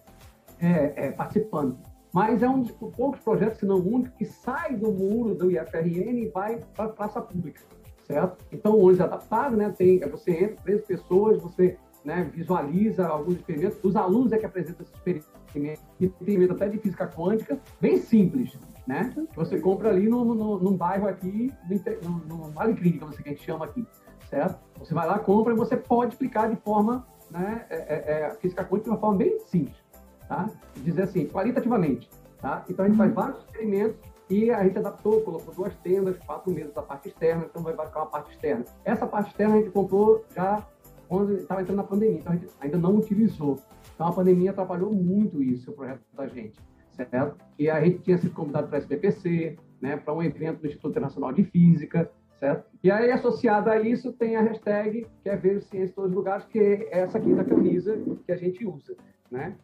é, é, participando. Mas é um dos poucos projetos, se não o único, que sai do muro do I F R N e vai para a praça pública, certo? Então, o ônibus adaptado, né? Tem, você entra, treze pessoas, você né, visualiza alguns experimentos, os alunos é que apresentam esses experimentos, experimento até de física quântica, bem simples, né? Que você compra ali no, no, num bairro aqui, no, no Vale Clínica, você que a gente chama aqui, certo? Você vai lá, compra e você pode explicar de forma, né, é, é, é, física quântica de uma forma bem simples. Tá? Dizer assim, qualitativamente. Tá? Então, a gente faz vários experimentos e a gente adaptou, colocou duas tendas, quatro mesas da parte externa, então vai ficar uma parte externa. Essa parte externa a gente comprou já quando estava entrando na pandemia, então a gente ainda não utilizou. Então, a pandemia atrapalhou muito isso, o projeto da gente, certo? E a gente tinha sido convidado para a S B P C, né, para um evento do Instituto Internacional de Física, certo? E aí, associado a isso, tem a hashtag, que é Ver Ciência em Todos os Lugares, que é essa aqui da camisa que a gente usa, né?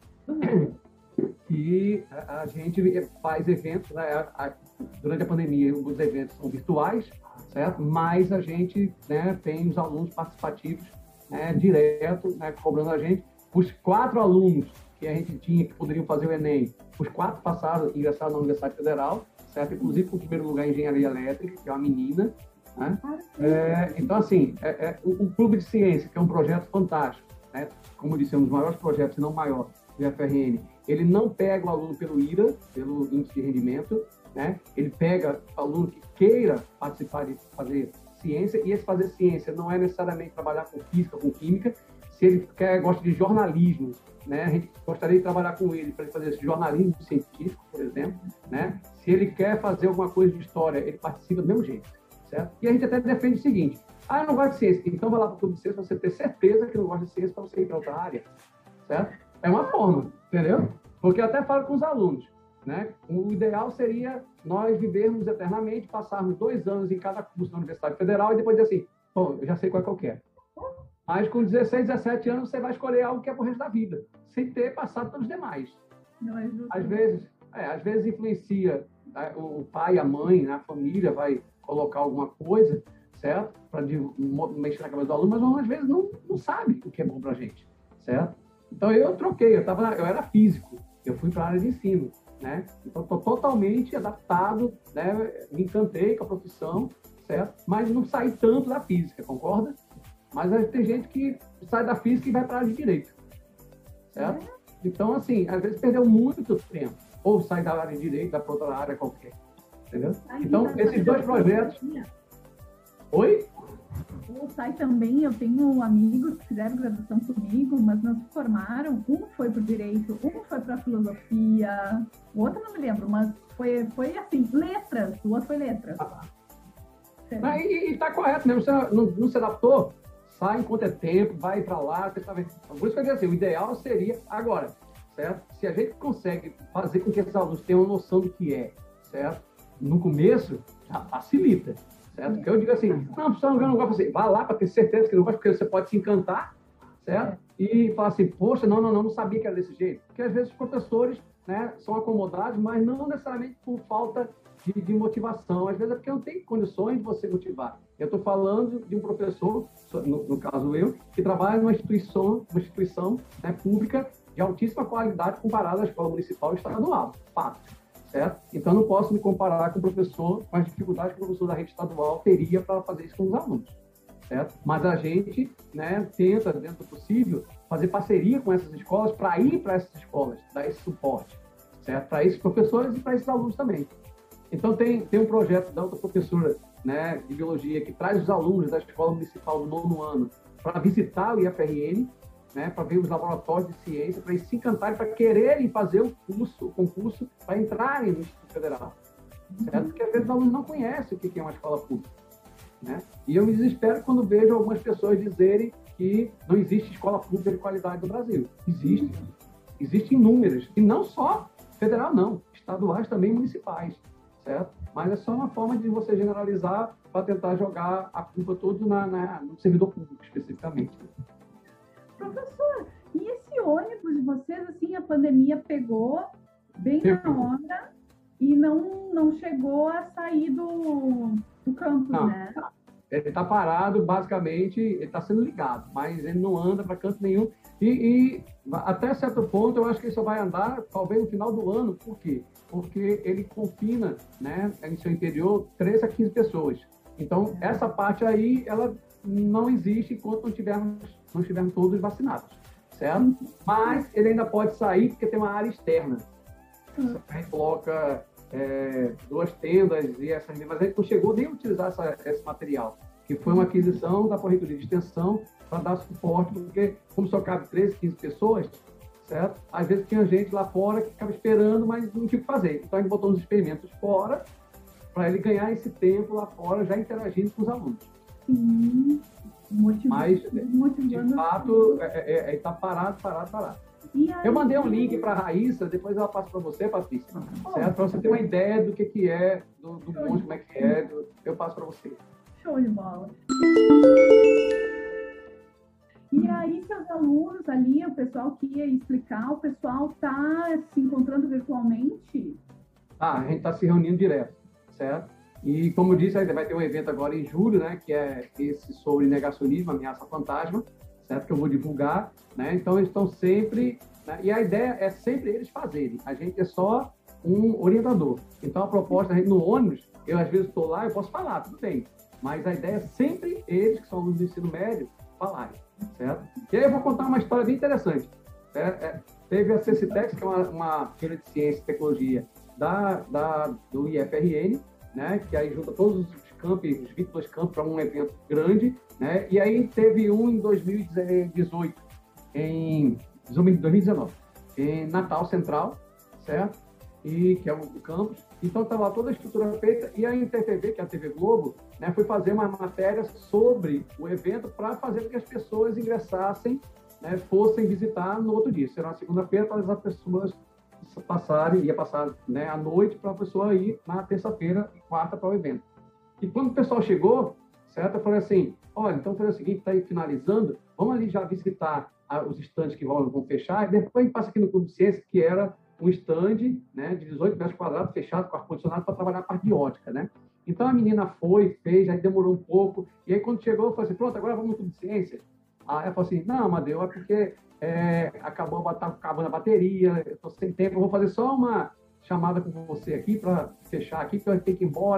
E a gente faz eventos, né, a, a, durante a pandemia, os eventos são virtuais, certo? Mas a gente né, tem os alunos participativos né, direto, né, cobrando a gente. Os quatro alunos que a gente tinha que poderiam fazer o Enem, os quatro passaram, ingressaram na Universidade Federal, certo? Inclusive com o primeiro lugar em Engenharia Elétrica, que é uma menina. Né? É, então, assim, é, é, o, o Clube de Ciência, que é um projeto fantástico, né? Como eu disse, é um dos maiores projetos, se não maior, do I F R N, ele não pega o aluno pelo I R A, pelo índice de rendimento, né? Ele pega o aluno que queira participar de fazer ciência, e esse fazer ciência não é necessariamente trabalhar com física, com química. Se ele quer, gosta de jornalismo, né? A gente gostaria de trabalhar com ele para ele fazer esse jornalismo científico, por exemplo, né? Se ele quer fazer alguma coisa de história, ele participa do mesmo jeito, certo? E a gente até defende o seguinte: ah, eu não gosto de ciência, então vai lá para o Clube de Ciência para você ter certeza que não gosta de ciência para você ir para outra área, certo? É uma forma, entendeu? Porque eu até falo com os alunos, né? O ideal seria nós vivermos eternamente, passarmos dois anos em cada curso da Universidade Federal e depois dizer assim, pô, eu já sei qual é que eu quero. Mas com dezesseis, dezessete anos você vai escolher algo que é pro resto da vida, sem ter passado pelos demais. Não é justo. Às vezes, é, às vezes influencia né, o pai, a mãe, né, a família vai colocar alguma coisa, certo? Para mexer na cabeça do aluno, mas às vezes não, não sabe o que é bom pra gente, certo? Então, eu troquei, eu, tava, eu era físico, eu fui para a área de ensino, né? Então, estou totalmente adaptado, né? Me encantei com a profissão, certo? Mas não saí tanto da física, concorda? Mas aí tem gente que sai da física e vai para a área de direito, certo? É. Então, assim, às vezes perdeu muito tempo. Ou sai da área de direito, vai para outra área qualquer, entendeu? Aí, então, esses dois projetos... Oi? Ou sai também, eu tenho amigos que fizeram graduação comigo, mas não se formaram. Um foi para o direito, um foi para a filosofia, o outro não me lembro, mas foi, foi assim, letras, o outro foi letras. Ah. Ah, e está correto mesmo, você não, não se adaptou, sai enquanto é tempo, vai para lá, você tá vendo. Por isso que eu digo assim, o ideal seria agora, certo? Se a gente consegue fazer com que esses alunos tenham noção do que é, certo? No começo, já facilita, certo? Porque eu digo assim, não, pessoal, eu não gosto de você, vá lá para ter certeza que não gosta, porque você pode se encantar, certo? E falar assim, poxa, não, não, não, não sabia que era desse jeito. Porque às vezes os professores, né, são acomodados, mas não necessariamente por falta De, de motivação. Às vezes é porque não tem condições de você motivar. Eu estou falando de um professor, no, no caso eu, que trabalha numa instituição, uma instituição né, pública de altíssima qualidade comparada à escola municipal e estadual. Fato. Certo? Então, não posso me comparar com o professor, com as dificuldades que o professor da rede estadual teria para fazer isso com os alunos. Certo? Mas a gente né, tenta, dentro do possível, fazer parceria com essas escolas para ir para essas escolas, dar esse suporte. Certo? Para esses professores e para esses alunos também. Então, tem, tem um projeto da outra professora né, de biologia que traz os alunos da escola municipal do nono ano para visitar o I F R N, né, para ver os laboratórios de ciência, para eles se encantarem, para quererem fazer o curso, o concurso, para entrarem no Instituto Federal. Certo? Porque, às vezes, os alunos não conhecem o que é uma escola pública. Né? E eu me desespero quando vejo algumas pessoas dizerem que não existe escola pública de qualidade no Brasil. Existe. Existem inúmeras. E não só federal, não. Estaduais também, municipais. Certo? Mas é só uma forma de você generalizar para tentar jogar a culpa toda na, na, no servidor público, especificamente. Professor, e esse ônibus de vocês, assim, a pandemia pegou bem pegou. na hora e não, não chegou a sair do, do campus, não, né? Tá. Ele está parado, basicamente, ele está sendo ligado, mas ele não anda para canto nenhum. E, e até certo ponto, eu acho que ele só vai andar, talvez, no final do ano. Por quê? Porque ele confina, né, em seu interior, treze a quinze pessoas. Então, essa parte aí, ela não existe enquanto não tivermos, não estivermos todos vacinados, certo? Mas ele ainda pode sair porque tem uma área externa. A gente coloca é, duas tendas e essas, mas a gente não chegou nem a utilizar essa, esse material, que foi uma aquisição da Correitoria de Extensão para dar suporte, porque como só cabe treze, quinze pessoas, certo? Às vezes tinha gente lá fora que ficava esperando, mas não tinha o que fazer. Então a gente botou uns experimentos fora para ele ganhar esse tempo lá fora, já interagindo com os alunos. Sim, motivando, mas, motivando de fato, ele está parado, parado, parado. Aí, eu mandei um link para a Raíssa, depois ela passa para você, Patrícia, oh, certo? Para você ter uma ideia do que, que é, do, do monte, como é que é, do, eu passo para você. Show de bola. E aí, seus alunos ali, o pessoal que ia explicar, o pessoal está se encontrando virtualmente? Ah, a gente está se reunindo direto, certo? E, como eu disse, ainda vai ter um evento agora em julho, né, que é esse sobre negacionismo, ameaça fantasma, certo? Que eu vou divulgar, né? Então, eles estão sempre... Né? E a ideia é sempre eles fazerem. A gente é só um orientador. Então, a proposta, a gente, no ônibus, eu às vezes estou lá, eu posso falar, tudo bem. Mas a ideia é sempre eles, que são alunos do ensino médio, falarem, certo? E aí eu vou contar uma história bem interessante. É, é, teve a CECITEX, que é uma, uma feira de ciência e tecnologia da, da, do I F R N, né? Que aí junta todos os campos, os vinte e dois campos, para um evento grande, né? E aí teve um em dois mil e dezoito, em dois mil e dezenove, em Natal Central, certo? E, que é o campus. Então, estava toda a estrutura feita e a InterTV, que é a T V Globo, né, foi fazer uma matéria sobre o evento para fazer com que as pessoas ingressassem, né, fossem visitar no outro dia. Será uma segunda-feira para as pessoas passarem, ia passar né, a noite para a pessoa ir na terça-feira e quarta para o evento. E quando o pessoal chegou, certo, eu falei assim, olha, então foi o seguinte, está aí finalizando, vamos ali já visitar a, os estandes que vão, vão fechar, e depois a gente passa aqui no Clube de Ciência, que era um stand, né, de dezoito metros quadrados, fechado, com ar-condicionado, para trabalhar a parte de ótica, né? Então, a menina foi, fez, aí demorou um pouco, e aí, quando chegou, eu falei assim, pronto, agora vamos no Clube de Ciência. Aí ela falou assim, não, Amadeu, é porque é, acabou, tá acabando a bateria, eu estou sem tempo, eu vou fazer só uma chamada com você aqui, para fechar aqui, porque eu tenho que ir embora.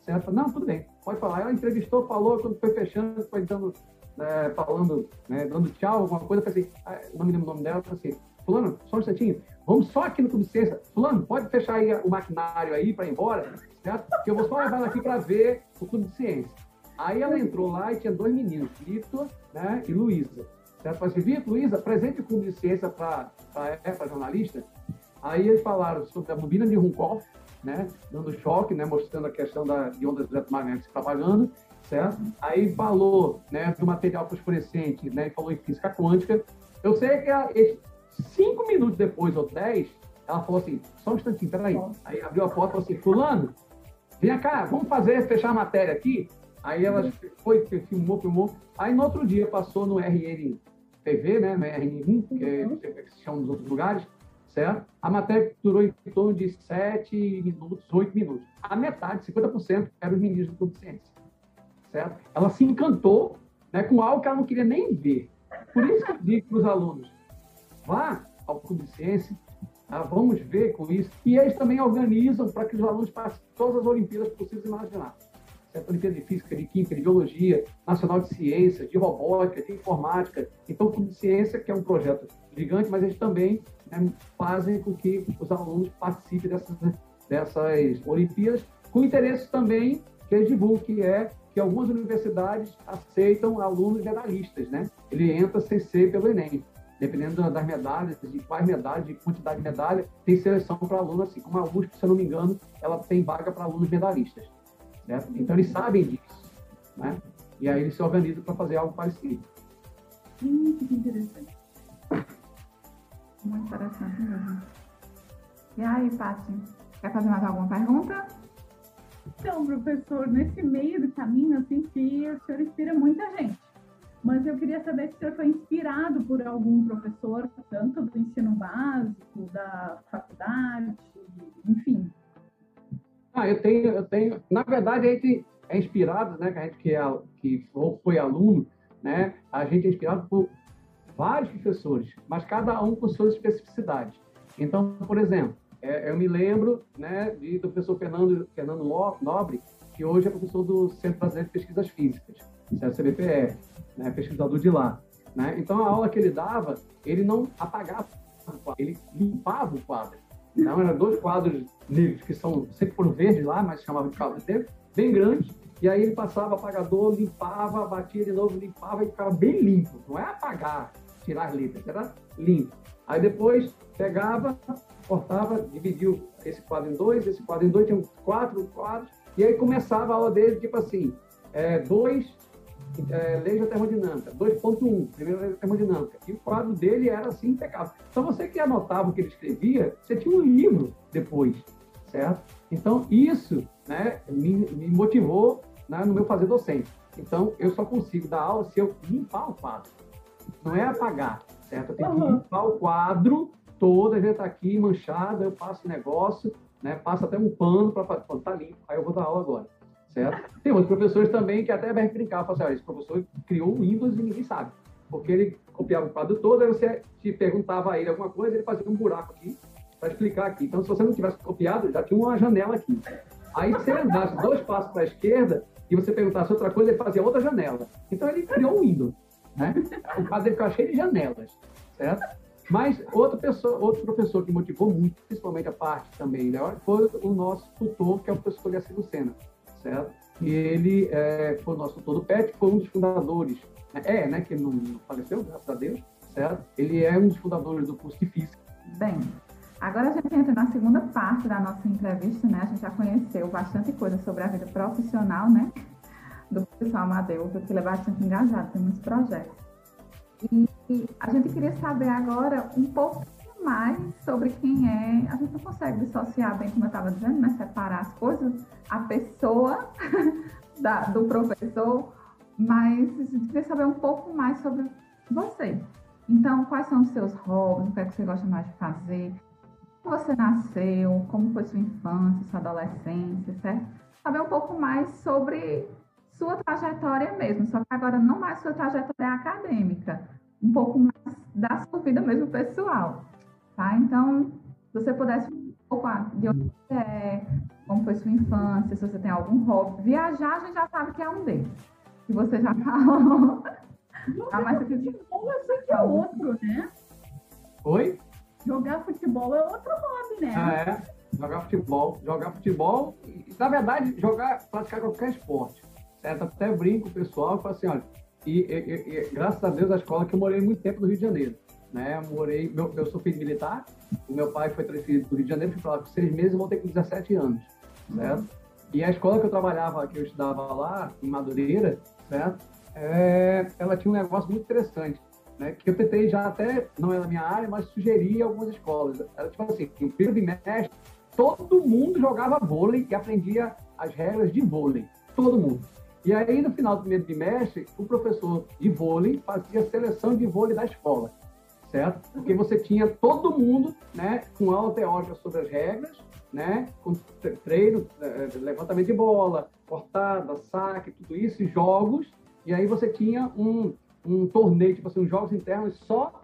certo? Não, tudo bem, pode falar. Ela entrevistou, falou, quando foi fechando, foi dando, é, falando, né, dando tchau, alguma coisa, eu falei assim, não me lembro o nome dela, eu falei assim, fulano, só um instantinho, vamos só aqui no Clube de Ciência. Fulano, pode fechar aí o maquinário aí para ir embora, certo? Porque eu vou só levar ela aqui para ver o Clube de Ciência. Aí ela entrou lá e tinha dois meninos, Vitor, né, e Luísa. Certo? Falei assim, Vitor, Luísa, apresente o Clube de Ciência para a jornalista. Aí eles falaram sobre a bobina de Runcorf, né, dando choque, né, mostrando a questão da, de ondas eletromagnéticas propagando, certo? Aí falou, né, do material fosforescente, né, e falou em física quântica. Eu sei que a, cinco minutos depois, ou dez, ela falou assim, só um instantinho, peraí. Aí abriu a porta e falou assim, fulano, vem cá, vamos fazer, fechar a matéria aqui? Aí ela foi, filmou, filmou. Aí no outro dia passou no R N T V, né, no R N um, que é o que se chama nos outros lugares, certo? A matéria durou em torno de sete minutos, oito minutos. A metade, cinquenta por cento, eram os meninos do Clube de Ciência, certo? Ela se encantou, né, com algo que ela não queria nem ver. Por isso que eu digo para os alunos, vá ao Clube de Ciência, tá? Vamos ver com isso. E eles também organizam para que os alunos passem todas as Olimpíadas possíveis e imaginar. Certo? Olimpíada de Física, de Química, de Biologia, Nacional de Ciências, de Robótica, de Informática. Então, o Clube de Ciência, que é um projeto gigante, mas eles também, né, fazem com que os alunos participem dessas, dessas Olimpíadas, com interesse também que eles divulgam, que é que algumas universidades aceitam alunos medalhistas, né? Ele entra sem ser pelo Enem. Dependendo das medalhas, de quais medalhas, de quantidade de medalha, tem seleção para aluno, assim como a U S P, se eu não me engano, ela tem vaga para alunos medalhistas. Certo? Então, eles sabem disso, né? E aí eles se organizam para fazer algo parecido. Hum, que interessante. Muito interessante mesmo. E aí, Paty, quer fazer mais alguma pergunta? Então, professor, nesse meio do caminho, eu senti que o senhor inspira muita gente. Mas eu queria saber se o senhor foi inspirado por algum professor, tanto do ensino básico, da faculdade, enfim. Ah, eu tenho, eu tenho. Na verdade, a gente é inspirado, né? Que a gente que, é, que foi aluno, né? A gente é inspirado por vários professores, mas cada um com suas especificidades. Então, por exemplo, é, eu me lembro, né, de, do professor Fernando, Fernando Nobre, que hoje é professor do Centro Brasileiro de Pesquisas Físicas, C B P F, né, pesquisador de lá. Né? Então, a aula que ele dava, ele não apagava o quadro, ele limpava o quadro. Então, eram dois quadros negros, que são, sempre foram verdes lá, mas chamavam de quadros negros, bem grandes, e aí ele passava apagador, limpava, batia de novo, limpava e ficava bem limpo. Não é apagar, tirar as letras, era limpo. Aí depois pegava, cortava, dividiu esse quadro em dois, esse quadro em dois, tinha quatro quadros, e aí começava a aula dele, tipo assim, é, dois, é, leis da termodinâmica, dois ponto um, primeira lei da termodinâmica, e o quadro dele era assim, impecável. Então, você que anotava o que ele escrevia, você tinha um livro depois, certo? Então, isso, né, me, me motivou, né, no meu fazer docente. Então, eu só consigo dar aula se eu limpar o quadro. Não é apagar, certo? Eu tenho que limpar o quadro todo, a gente está aqui manchado, eu passo o negócio, né, passo até um pano para falar, tá limpo, aí eu vou dar aula agora, certo? Tem outros professores também que até vai brincar, falam assim, olha, esse professor criou o Windows e ninguém sabe, porque ele copiava o quadro todo, aí você te perguntava a ele alguma coisa, ele fazia um buraco aqui para explicar aqui. Então, se você não tivesse copiado, já tinha uma janela aqui. Aí, se ele andasse dois passos para a esquerda e você perguntasse outra coisa, ele fazia outra janela. Então, ele criou o Windows, né? O quadro dele ficava cheio de janelas, certo? Mas outra pessoa, outro professor que motivou muito, principalmente a parte também, né, foi o nosso tutor, que é o professor Eliacir Lucena, certo? E ele é, foi o nosso tutor do P E T, foi um dos fundadores, é, né, que ele não, não faleceu, graças a Deus, certo? Ele é um dos fundadores do curso de Física. Bem, agora a gente entra na segunda parte da nossa entrevista, né? A gente já conheceu bastante coisa sobre a vida profissional, né, do professor Amadeu, porque ele é bastante engajado, tem muitos projetos. E, e a gente queria saber agora um pouco mais sobre quem é. A gente não consegue dissociar bem, como eu estava dizendo, né? Separar as coisas, a pessoa da, do professor, mas a gente queria saber um pouco mais sobre você. Então, quais são os seus hobbies, o que é que você gosta mais de fazer, como você nasceu, como foi sua infância, sua adolescência, certo? Saber um pouco mais sobre sua trajetória mesmo, só que agora não mais sua trajetória acadêmica, um pouco mais da sua vida mesmo pessoal, tá? Então, se você pudesse pouco ah, de onde você é, como foi sua infância, se você tem algum hobby. Viajar, a gente já sabe que é um deles. Que você já falou. Ah, mas futebol eu sei que é outro, né? Oi? Jogar futebol é outro hobby, né? Ah, é. Jogar futebol. Jogar futebol, e, na verdade, jogar, praticar qualquer esporte. Certo? Até brinco, o pessoal, e falo assim, olha, e, e, e, graças a Deus, a escola que eu morei muito tempo no Rio de Janeiro. Né? Eu, morei, meu, eu sou filho militar, o meu pai foi transferido para o Rio de Janeiro, fui para lá com seis meses e voltei com dezessete anos. Certo? E a escola que eu trabalhava, que eu estudava lá, em Madureira, certo? É, ela tinha um negócio muito interessante, né? Que eu tentei já até, não é na minha área, mas sugerir algumas escolas. Era tipo assim, no primeiro bimestre, todo mundo jogava vôlei e aprendia as regras de vôlei. Todo mundo. E aí, no final do primeiro bimestre, o professor de vôlei fazia a seleção de vôlei da escola, certo? Porque você tinha todo mundo, né, com aula teórica sobre as regras, né, com treino, levantamento de bola, cortada, saque, tudo isso, jogos, e aí você tinha um, um torneio, tipo assim, uns jogos internos só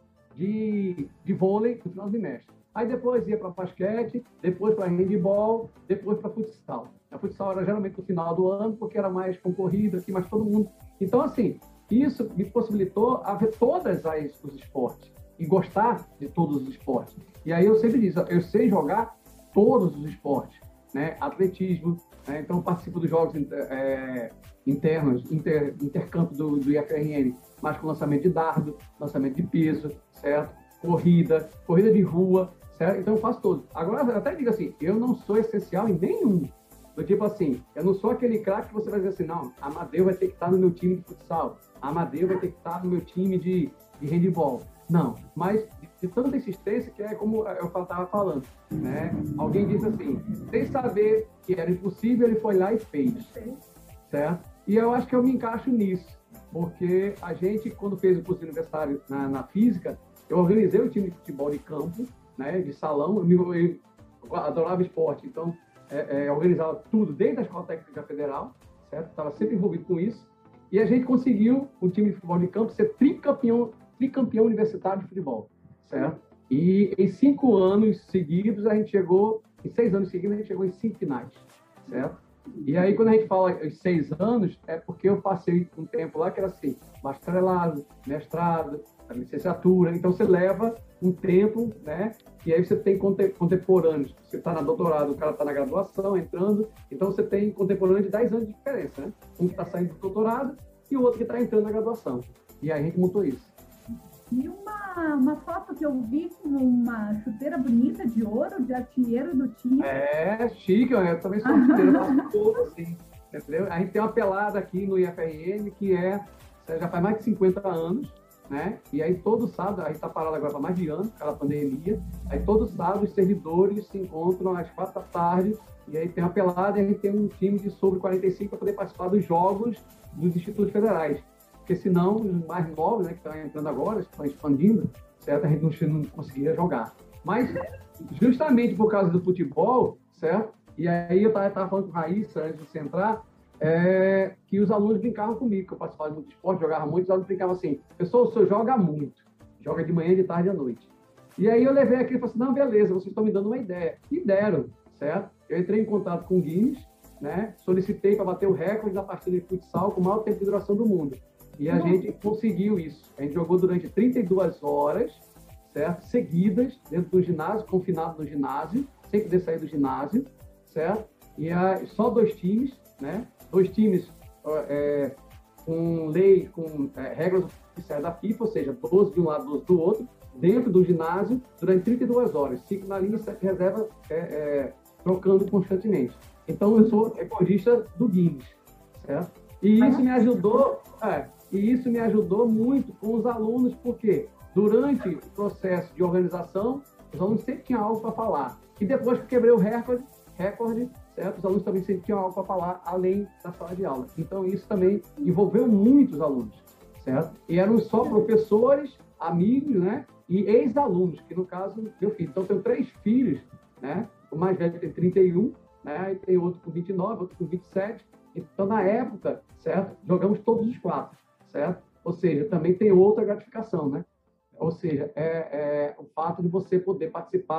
de, de vôlei no final do bimestre. Aí depois ia para basquete, depois para handebol, depois para futsal. A futsal era geralmente no final do ano, porque era mais concorrido aqui, mas todo mundo... Então, assim, isso me possibilitou a ver todos os esportes e gostar de todos os esportes. E aí eu sempre disse, eu sei jogar todos os esportes, né? Atletismo, né? Então eu participo dos jogos é, internos, inter, intercampo do, do I F R N, mas com lançamento de dardo, lançamento de peso, certo? Corrida, corrida de rua, certo? Então eu faço todos. Agora, eu até digo assim, eu não sou essencial em nenhum. Do tipo assim, eu não sou aquele craque que você vai dizer assim, não, Amadeu vai ter que estar no meu time de futsal, Amadeu vai ter que estar no meu time de, de handebol. Não, mas de, de tanta insistência que é como eu estava falando, né? Alguém disse assim, sem saber que era impossível, ele foi lá e fez, certo? E eu acho que eu me encaixo nisso, porque a gente, quando fez o curso universitário na, na física, eu organizei o time de futebol de campo, né, de salão, eu, me, eu adorava esporte, então é, é, organizava tudo desde a Escola Técnica Federal, certo? Estava sempre envolvido com isso, e a gente conseguiu, o time de futebol de campo, ser tricampeão, tricampeão universitário de futebol, certo? E em cinco anos seguidos, a gente chegou, em seis anos seguidos, a gente chegou em cinco finais, certo? E aí, quando a gente fala os seis anos, é porque eu passei um tempo lá que era assim, bacharelado, mestrado, a licenciatura, então você leva um tempo, né? E aí você tem contemporâneos, você está na doutorado, o cara está na graduação, entrando, então você tem contemporâneo de dez anos de diferença, né? Um que está saindo do doutorado e o outro que está entrando na graduação. E aí a gente montou isso. E uma, uma foto que eu vi com uma chuteira bonita de ouro, de artilheiro do time. É, chique, eu também sou chuteiro, faço tudo assim, entendeu? A gente tem uma pelada aqui no I F R N que é, já faz mais de cinquenta anos, né? E aí todo sábado, a gente está parado agora para mais de ano, por causa da pandemia, aí todo sábado os servidores se encontram às quatro da tarde, e aí tem uma pelada e a gente tem um time de sobre quarenta e cinco para poder participar dos jogos dos institutos federais. Porque senão, os mais novos, né, que estão entrando agora, que estão expandindo, certo? A gente não, não conseguia jogar. Mas, justamente por causa do futebol, certo? E aí eu estava falando com a Raíssa, antes de você entrar, é, que os alunos brincavam comigo, que eu participava de muito esporte, jogava muito, os alunos brincavam assim, pessoal, o senhor joga muito, joga de manhã, de tarde e à noite. E aí eu levei aqui e falei assim, não, beleza, vocês estão me dando uma ideia. E deram, certo? Eu entrei em contato com o Guinness, né? Solicitei para bater o recorde da partida de futsal com o maior tempo de duração do mundo. E a gente conseguiu isso. A gente jogou durante trinta e duas horas, certo? Seguidas, dentro do ginásio, confinado no ginásio, sem poder sair do ginásio, certo? E a, só dois times, né? Dois times é, com lei, com é, regras oficiais da FIFA, ou seja, doze de um lado, doze do outro, dentro do ginásio, durante trinta e duas horas. Cinco na linha e sete reserva, é, é, trocando constantemente. Então, eu sou recordista do Guinness, certo? E isso me ajudou... É, E isso me ajudou muito com os alunos, porque durante o processo de organização, os alunos sempre tinham algo para falar. E depois que eu quebrei o recorde, recorde, certo? Os alunos também sempre tinham algo para falar, além da sala de aula. Então, isso também envolveu muitos alunos, certo? E eram só professores, amigos, né? E ex-alunos, que no caso, meu filho. Então, eu tenho três filhos, né? O mais velho tem trinta e um, né? E tem outro com vinte e nove, outro com vinte e sete. Então, na época, certo? Jogamos todos os quatro. Certo? Ou seja, também tem outra gratificação, né? Ou seja, é, é o fato de você poder participar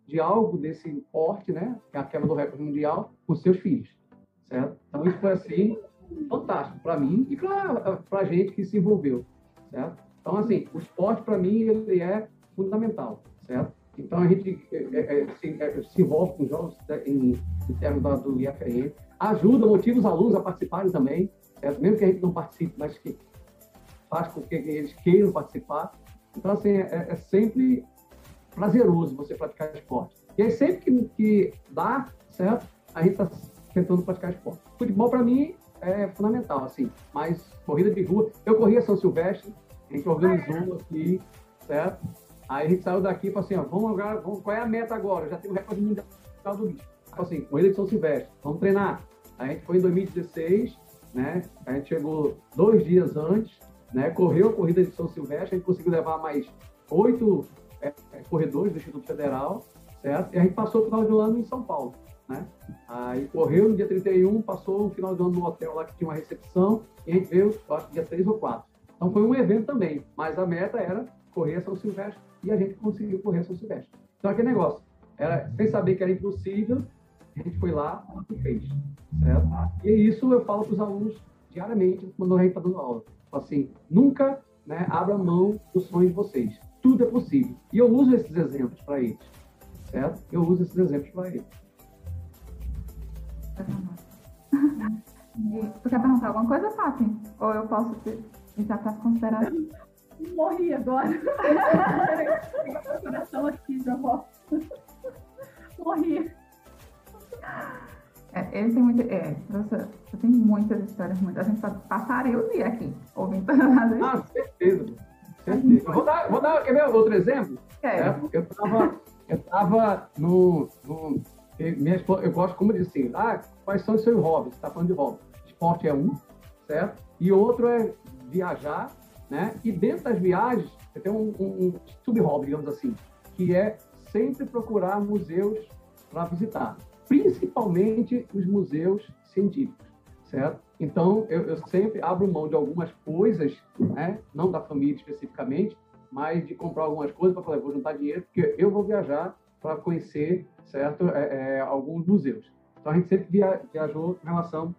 de algo desse porte, né, que é a quebra do recorde mundial, com seus filhos, certo? Então, isso foi, assim, fantástico para mim e para a gente que se envolveu, certo? Então, assim, o esporte, para mim, ele é fundamental, certo? Então, a gente é, é, se, é, se envolve com jogos em, em termos da, do I F R N, ajuda, motiva os alunos a participarem também, certo? Mesmo que a gente não participe, mas que faz com que eles queiram participar. Então, assim, é, é sempre prazeroso você praticar esporte. E aí, sempre que, que dá, certo? A gente está tentando praticar esporte. Futebol, para mim, é fundamental, assim. Mas corrida de rua... Eu corria São Silvestre, a gente organizou aqui, certo? Aí a gente saiu daqui e falou assim, ó, vamos agora, vamos, qual é a meta agora? Eu já tenho o recorde mundial do bicho. Assim, corrida de São Silvestre, vamos treinar. Aí a gente foi em dois mil e dezesseis, né? A gente chegou dois dias antes, né? Correu a corrida de São Silvestre, a gente conseguiu levar mais oito é, corredores do Instituto Federal, certo? E a gente passou o final do ano em São Paulo, né? Aí correu no dia trinta e um, passou o final do ano no hotel lá que tinha uma recepção, e a gente veio, eu acho que dia três ou quatro. Então foi um evento também, mas a meta era correr a São Silvestre, e a gente conseguiu correr a São Silvestre. Então aquele negócio, era, sem saber que era impossível, a gente foi lá e fez, certo? E isso eu falo para os alunos diariamente, quando a gente está dando aula. Assim, nunca, né, abra mão dos sonhos de vocês. Tudo é possível. E eu uso esses exemplos para eles, certo? Eu uso esses exemplos para eles. Tu quer perguntar alguma coisa, Paty? Ou eu posso ter, já para as considerações? Morri agora. Meu coração aqui, já posso. Morri. É, ele tem muito. É, professor, você tem muitas histórias, muitas. A gente passaria o dia aqui ouvindo todas as histórias. Ah, certeza. certeza. Eu vou dar, vou dar, quer ver outro exemplo? É. É, eu estava eu tava no, no. Minha esposa, eu gosto, como eu disse assim, ah, quais são os seus hobbies? Você está falando de hobby. Esporte é um, certo? E outro é viajar, né? E dentro das viagens, você tem um, um, um sub-hobby, digamos assim, que é sempre procurar museus para visitar. Principalmente os museus científicos, certo? Então, eu, eu sempre abro mão de algumas coisas, né? Não da família especificamente, mas de comprar algumas coisas para falar, vou juntar dinheiro, porque eu vou viajar para conhecer, certo? É, é, alguns museus. Então, a gente sempre via, viajou em relação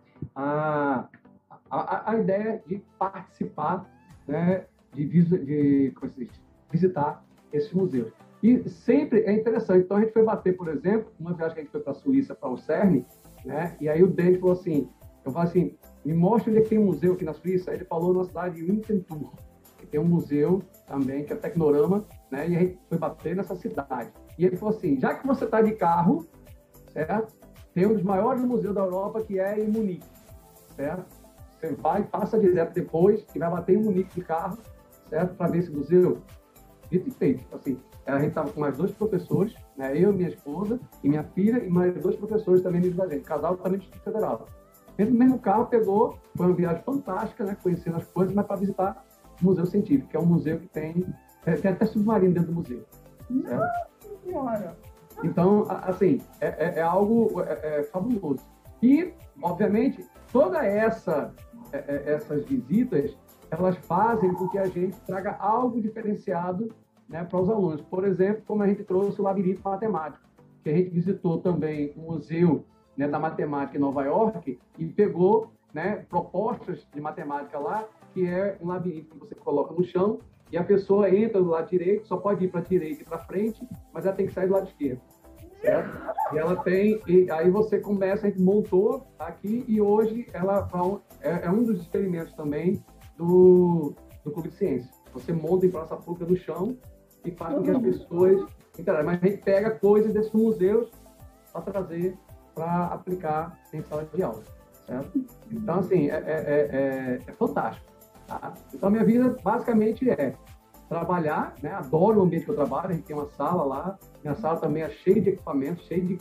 à a, a, a ideia de participar, né? De, de, como se diz, visitar esses museus. E sempre é interessante. Então, a gente foi bater, por exemplo, uma viagem que a gente foi para a Suíça, para o CERN, né? E aí o Denis falou assim, eu falei assim, me mostra onde é que tem um museu aqui na Suíça. Aí ele falou na cidade de Winterthur, que tem um museu também, que é Tecnorama, né? E a gente foi bater nessa cidade. E ele falou assim, já que você está de carro, certo? Tem um dos maiores museus da Europa, que é em Munique, certo? Você vai, passa direto depois, e vai bater em Munique de carro, certo? Para ver esse museu. Dito e feito, assim. A gente estava com mais dois professores, né? Eu, minha esposa e minha filha, e mais dois professores também da gente, casal também do Instituto Federal. Dentro do mesmo carro, pegou, foi uma viagem fantástica, né? Conhecendo as coisas, mas para visitar o Museu Científico, que é um museu que tem, tem até submarino dentro do museu. Nossa Senhora! Então, assim, é, é, é algo é, é fabuloso. E, obviamente, toda essa, é, essas visitas, elas fazem com que a gente traga algo diferenciado, né, para os alunos. Por exemplo, como a gente trouxe o Labirinto Matemático, que a gente visitou também o Museu, né, da Matemática em Nova York e pegou, né, propostas de matemática lá, que é um labirinto que você coloca no chão e a pessoa entra do lado direito, só pode ir para a direita e para frente, mas ela tem que sair do lado esquerdo, certo? E ela tem, e aí você começa, a gente montou aqui e hoje ela é, é um dos experimentos também do, do Clube de Ciência. Você monta em praça pública no chão e faz com que as pessoas interagem. Mas a gente pega coisas desses museus para trazer, para aplicar em sala de aula, certo? Então, assim, é, é, é, é fantástico. Tá? Então, a minha vida, basicamente, é trabalhar, né? Adoro o ambiente que eu trabalho, a gente tem uma sala lá, minha sala também é cheia de equipamentos, cheia de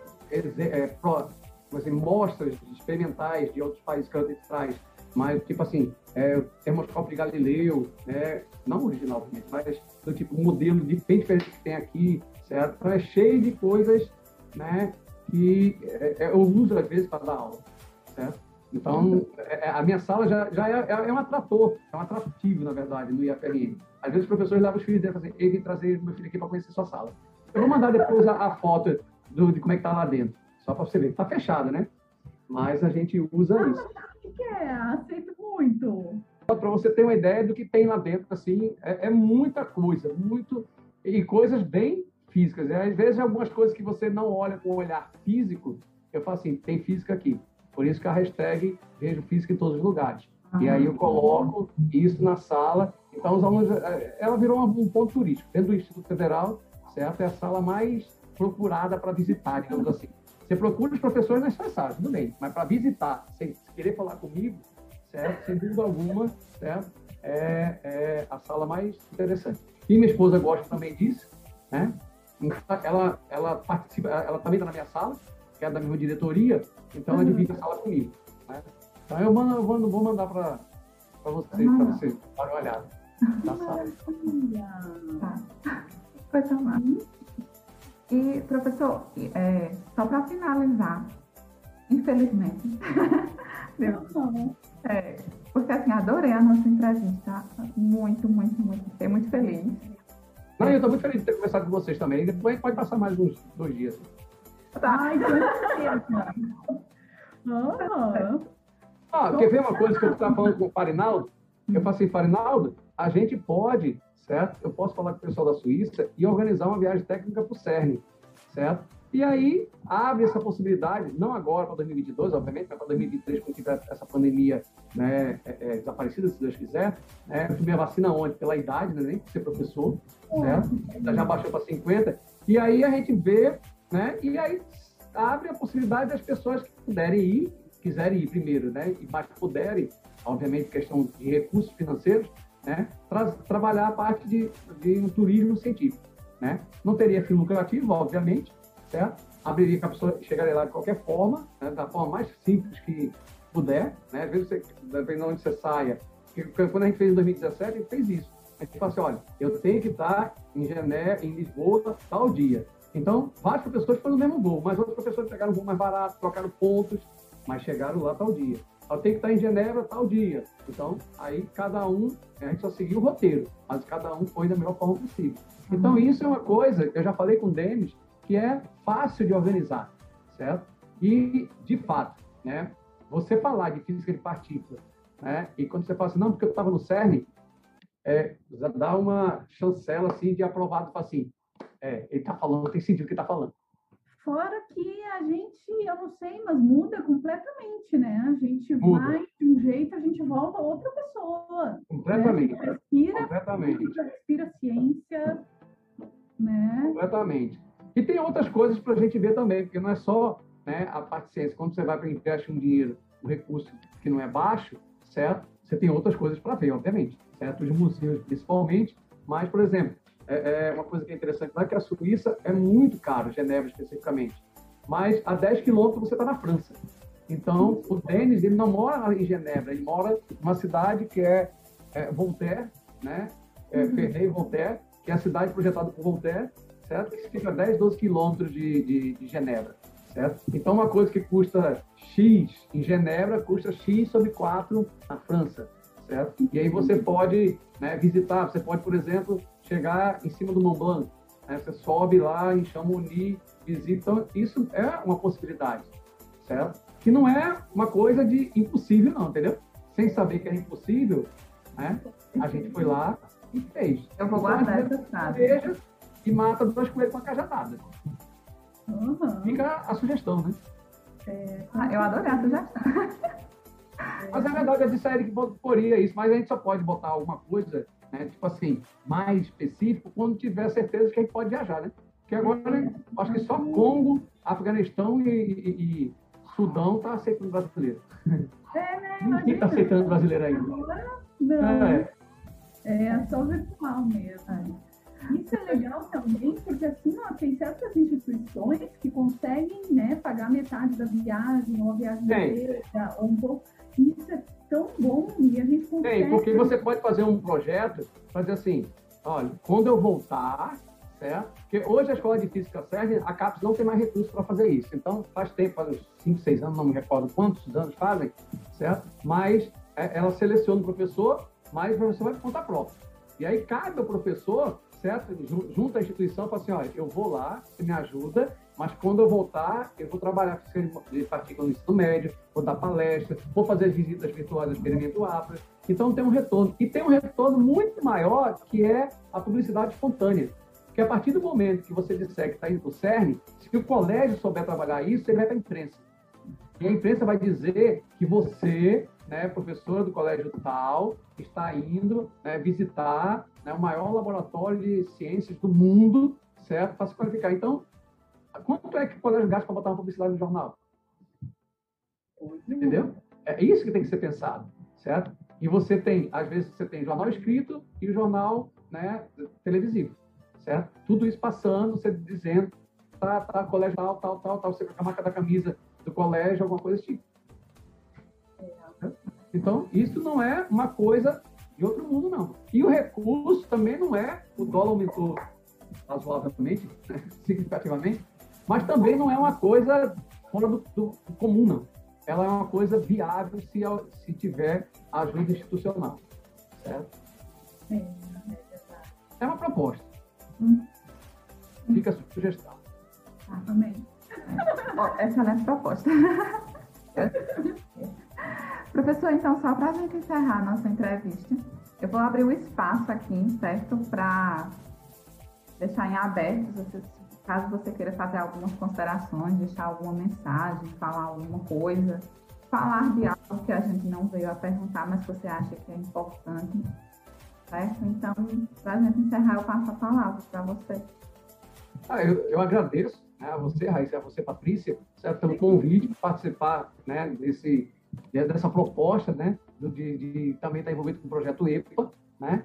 é, pro, assim, mostras experimentais de outros países que a gente traz, mas, tipo assim, é, o termoscópio de Galileu, né? Não original, obviamente, mas do tipo modelo de, bem diferente que tem aqui, certo? Então, é cheio de coisas, né, que é, eu uso, às vezes, para dar aula, certo? Então, é, a minha sala já, já é, é um atrator, é um atrativo, na verdade, no I F R N. Às vezes, os professores levam os filhos dele e falam assim, eu vim trazer meu filho aqui para conhecer sua sala. Eu vou mandar depois a, a foto do, de como é que tá lá dentro, só para você ver. Tá fechado, né? Mas a gente usa Ah, isso. o que é? Aceito muito. Para você ter uma ideia do que tem lá dentro, assim, é, é muita coisa, muito e coisas bem físicas. E, às vezes, algumas coisas que você não olha com o olhar físico, eu falo assim, tem física aqui. Por isso que a hashtag vejo física em todos os lugares. E aí eu coloco isso na sala. Então, os alunos, ela virou um ponto turístico. Dentro do Instituto Federal, certo? É a sala mais procurada para visitar, digamos assim. Você procura os professores nas suas salas, tudo bem. Mas para visitar, sem querer falar comigo, certo? Sem dúvida alguma, certo? É, é a sala mais interessante. E minha esposa gosta também disso, né? Ela, ela participa, ela também está na minha sala, que é da minha diretoria, então ela divide a sala comigo, né? Então eu, mando, eu vou, vou mandar para vocês, para vocês darem uma olhada na sala. Tá. Foi tomar. E, professor, é, só para finalizar, infelizmente, Não. é, porque assim, adorei a nossa entrevista, muito, muito, muito, fiquei muito feliz. Não, eu estou muito feliz de ter conversado com vocês também, depois pode passar mais uns dois dias. Ai, com certeza. Ah, Ah, quer ver uma coisa que eu estava falando com o Farinaldo? Eu falei assim, Farinaldo, a gente pode, certo? Eu posso falar com o pessoal da Suíça e organizar uma viagem técnica para o CERN, certo? E aí abre essa possibilidade, não agora para dois mil e vinte e dois, obviamente, mas para dois mil e vinte e três, quando tiver essa pandemia, né, é, é, desaparecida, se Deus quiser. Né? Eu tomei a vacina onde? Pela idade, né? Nem por ser professor, certo? Já baixou para cinquenta. E aí a gente vê, né? E aí abre a possibilidade das pessoas que puderem ir, quiserem ir primeiro, né? E mais puderem, obviamente, questão de recursos financeiros, né? Tra trabalhar a parte de, de um turismo científico, né? Não teria fim lucrativo, obviamente, certo? Abriria que a pessoa chegaria lá de qualquer forma, né? Da forma mais simples que puder, né? Às vezes, você, dependendo de onde você saia, porque quando a gente fez em dois mil e dezessete, a gente fez isso. A gente falou assim, olha, eu tenho que estar em Genebra, em Lisboa, tal dia. Então, vários professores foram no mesmo voo, mas outros professores pegaram um voo mais barato, trocaram pontos, mas chegaram lá tal dia. Eu tenho que estar em Genebra tal dia. Então, aí cada um, a gente só seguiu o roteiro, mas cada um foi da melhor forma possível. Então, isso é uma coisa, que eu já falei com o Denis, que é fácil de organizar, certo? E, de fato, né, você falar de física de partículas, né, e quando você fala assim, não, porque eu estava no CERN, é, dá uma chancela assim, de aprovado, assim, é, ele está falando, tem sentido o que está falando. fora que a gente, eu não sei, mas muda completamente, né? A gente Muda. vai de um jeito, a gente volta outra pessoa. Completamente. Né? A gente respira, Completamente. respira ciência, né? Completamente. E tem outras coisas para a gente ver também, porque não é só, né, a parte de ciência. Quando você vai para emprestar um dinheiro, um recurso que não é baixo, certo? Você tem outras coisas para ver, obviamente, certo? Os museus, principalmente. Mas, por exemplo, é, é uma coisa que é interessante lá, que a Suíça é muito caro, Genebra especificamente. Mas a dez quilômetros você está na França. Então, o Denis, ele não mora em Genebra, ele mora numa cidade que é, é Voltaire, né? É, Ferney-Voltaire, que é a cidade projetada por Voltaire, certo? Que fica a dez, doze quilômetros de, de, de Genebra, certo? Então, uma coisa que custa X em Genebra, custa X sobre quatro na França, certo? E aí você pode, né, visitar, você pode, por exemplo, chegar em cima do Mont Blanc, né? Você sobe lá em Chamonix, visita. Então, isso é uma possibilidade, certo? Que não é uma coisa de impossível, não, entendeu? Sem saber que é impossível, né? A gente foi lá e fez. Eu vou Então, guardar a gente essa frase. veja e mata dois coelhos com a cajadada. Uhum. Fica a sugestão, né? É, Ah, eu adorei a sugestão. Mas, na verdade, eu disse a ele que poria isso, mas a gente só pode botar alguma coisa, né, tipo assim, mais específico, quando tiver certeza que a gente pode viajar, né? Porque agora, né, acho que só Congo, Afeganistão e, e, e Sudão tá aceitando brasileiro. É, né? Ninguém tá aceitando brasileiro ainda. Não, É. é só virtual mesmo. Isso é legal também, porque assim, ó, tem certas instituições que conseguem, né, pagar metade da viagem, ou a viagem inteira, ou um pouco. Isso é tão bom e a gente consegue... Tem, porque você pode fazer um projeto, fazer assim, olha, quando eu voltar, certo? Porque hoje a Escola de Física CERN, a CAPES não tem mais recursos para fazer isso. Então, faz tempo, faz uns cinco, seis anos, não me recordo quantos anos fazem, certo? Mas é, ela seleciona o professor, mas o professor vai por conta própria. E aí cabe ao professor certo? Junto à instituição, fala assim, olha, eu vou lá, você me ajuda, mas quando eu voltar, eu vou trabalhar de partícula no ensino médio, vou dar palestra, vou fazer as visitas virtuais do Experimento Afra. Então, tem um retorno. E tem um retorno muito maior, que é a publicidade espontânea. Porque a partir do momento que você disser que está indo para o CERN, se o colégio souber trabalhar isso, ele vai para a imprensa. E a imprensa vai dizer que você, né, professora do colégio tal, está indo, né, visitar, né, o maior laboratório de ciências do mundo, certo? Para se qualificar. Então, quanto é que o colégio gasta para botar uma publicidade no jornal? Entendeu? É isso que tem que ser pensado, certo? E você tem, às vezes, você tem jornal escrito e o jornal, né, televisivo, certo? Tudo isso passando, você dizendo, tá, tá, colégio tal, tal, tal, tal, você com a marca da camisa do colégio, alguma coisa assim. Então, isso não é uma coisa de outro mundo, não. E o recurso também não é, o dólar aumentou razoavelmente, né, significativamente, mas também não é uma coisa fora do, do, do comum, não. Ela é uma coisa viável se, se tiver ajuda institucional, certo? É, é verdade. É uma proposta. Hum. Fica a sugestão. Ah, amém. Oh, excelente proposta. Professor, então, só para a gente encerrar a nossa entrevista, eu vou abrir um espaço aqui, certo? Para deixar em aberto, você, caso você queira fazer algumas considerações, deixar alguma mensagem, falar alguma coisa, falar de algo que a gente não veio a perguntar, mas que você acha que é importante, certo? Então, para a gente encerrar, eu passo a palavra para você. Ah, eu, eu agradeço, né, a você, Raíssa, a você, Patrícia, certo, pelo convite de participar, né, desse, dessa proposta, né, de, de também estar envolvido com o projeto E P A, né,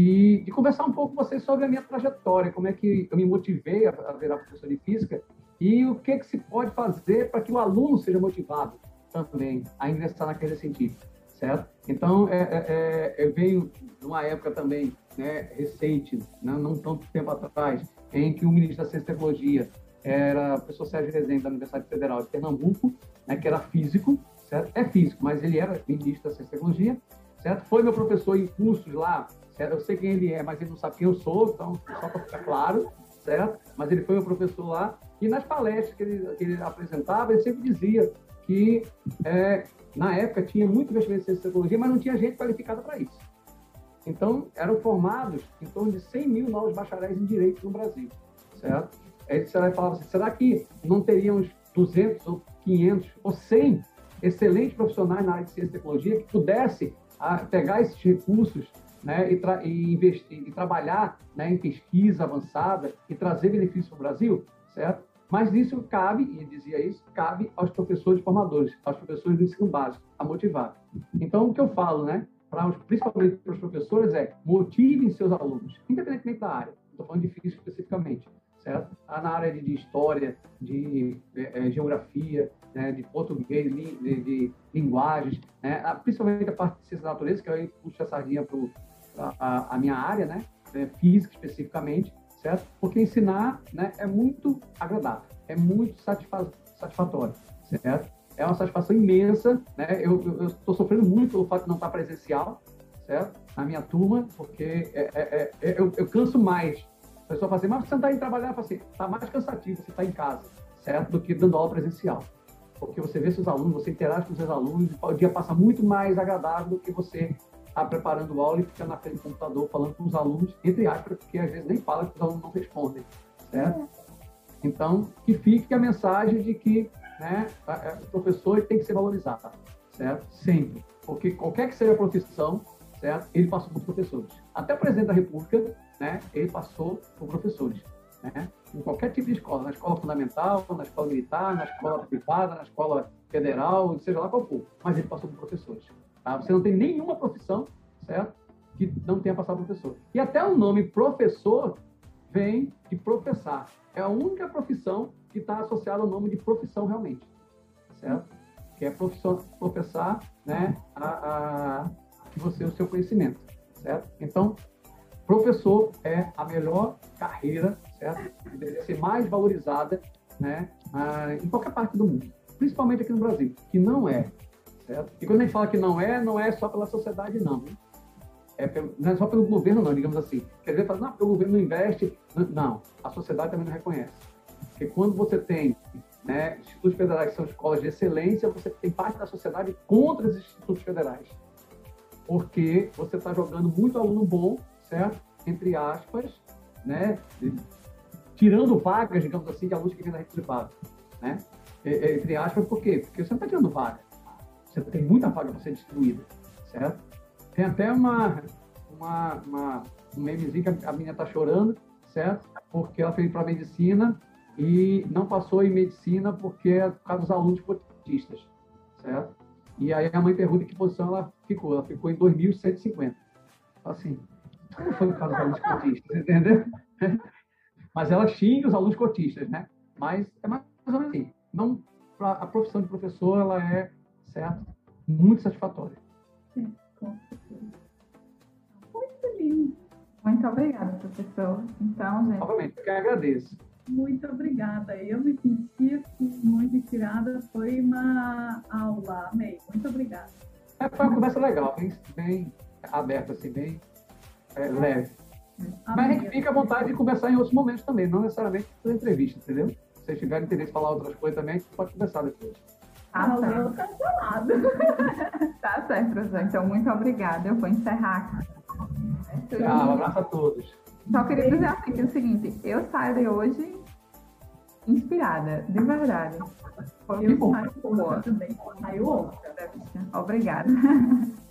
e de conversar um pouco com vocês sobre a minha trajetória, como é que eu me motivei a, a virar professor de física e o que, que se pode fazer para que o aluno seja motivado também a ingressar na carreira científica, certo? Então, é, é, eu venho de uma época também, né, recente, não, não tanto tempo atrás, em que o ministro da Ciência e Tecnologia era o professor Sérgio Rezende, da Universidade Federal de Pernambuco, né, que era físico, certo? É físico, mas ele era ministro da Ciência e Tecnologia, certo? Foi meu professor em cursos lá, certo? Eu sei quem ele é, mas ele não sabe quem eu sou, então, só para ficar claro, certo? Mas ele foi meu professor lá, e nas palestras que ele, que ele apresentava, ele sempre dizia que, é, na época, tinha muito investimento em ciência e tecnologia, mas não tinha gente qualificada para isso. Então, eram formados em torno de cem mil novos bacharéis em Direito no Brasil, certo? Aí você falava assim, será que não teríamos duzentos ou quinhentos ou cem excelentes profissionais na área de ciência e tecnologia que pudessem a, pegar esses recursos, né, e, tra e, investir, e trabalhar, né, em pesquisa avançada e trazer benefícios para o Brasil, certo? Mas isso cabe, e dizia isso, cabe aos professores formadores, aos professores do ensino básico, a motivar. Então, o que eu falo, né, pra os, principalmente para os professores, é motivem seus alunos, independentemente da área, estou falando de física especificamente, certo? Na área de, de história, de é, geografia, né, de português, de, de, de linguagens, né, principalmente a parte de ciência da natureza, que eu puxo a sardinha para a, a minha área, né, é, física especificamente, certo? Porque ensinar, né, é muito agradável, é muito satisfa satisfatório, certo? É uma satisfação imensa, né? Eu estou sofrendo muito pelo fato de não estar presencial, certo? Na minha turma, porque é, é, é, eu, eu canso mais. A pessoa fala assim, mas você não está indo trabalhar, fala assim, está mais cansativo você está em casa, certo? Do que dando aula presencial. Porque você vê seus alunos, você interage com seus alunos, o dia passa muito mais agradável do que você estar preparando aula e ficar na frente do computador falando com os alunos, entre aspas, porque às vezes nem fala que os alunos não respondem, certo? Então, que fique a mensagem de que, né, o professor tem que ser valorizado, certo? Sempre. Porque qualquer que seja a profissão, certo? Ele passou por professores. Até o presidente da República, né, ele passou por professores, né? Em qualquer tipo de escola, na escola fundamental, na escola militar, na escola privada, na escola federal, seja lá qual for. Mas ele passou por professores. Tá? Você não tem nenhuma profissão, certo? Que não tenha passado por professor. E até o nome professor vem de professar. É a única profissão que está associada ao nome de profissão realmente, certo? Que é profissão, professar, né, a, a, você, o seu conhecimento, certo? Então, professor é a melhor carreira, certo? Deve ser mais valorizada, né, a, em qualquer parte do mundo, principalmente aqui no Brasil, que não é, certo? E quando a gente fala que não é, não é só pela sociedade, não. Viu? é pelo, não é só pelo governo, não, digamos assim. Quer dizer, fala, não, porque o governo não investe. Não, a sociedade também não reconhece. Porque quando você tem, né, institutos federais que são escolas de excelência, você tem parte da sociedade contra os institutos federais. Porque você está jogando muito aluno bom, certo? Entre aspas, né? Tirando vagas, digamos assim, de alunos que vêm da rede privada, né? Entre aspas, por quê? Porque você não está tirando vaga. Você tem muita vaga para ser distribuída, certo? Tem até uma, uma, uma, um memezinho que a menina está chorando, certo? Porque ela fez para medicina e não passou em medicina porque é por causa dos alunos cotistas, certo? E aí a mãe pergunta em que posição ela ficou. Ela ficou em dois mil cento e cinquenta. Assim, como foi por causa dos alunos cotistas, entendeu? Mas ela xinga os alunos cotistas, né? Mas é mais ou menos assim. Não, a profissão de professor, ela é, certo, muito satisfatória. Sim, com certeza. Muito lindo. Muito obrigada, professor. Então, gente... Novamente, eu que agradeço. Muito obrigada. Eu me senti assim, muito inspirada. Foi uma aula, amei. Muito obrigada. É, foi uma conversa legal, bem, bem aberta, assim, bem é, leve. Mas a gente fica à vontade de conversar em outros momentos também, não necessariamente por entrevista, entendeu? Se vocês tiverem interesse em falar outras coisas também, a gente pode conversar depois. Tá Ah, certo. eu cancelado. Tá certo, professor. Então, muito obrigada. Eu vou encerrar aqui. Tchau, um abraço a todos. Só queria dizer assim, que é o seguinte, eu saio de hoje inspirada, de verdade. Foi Eu muito saio boa. outra também. Saiu outra. Obrigada.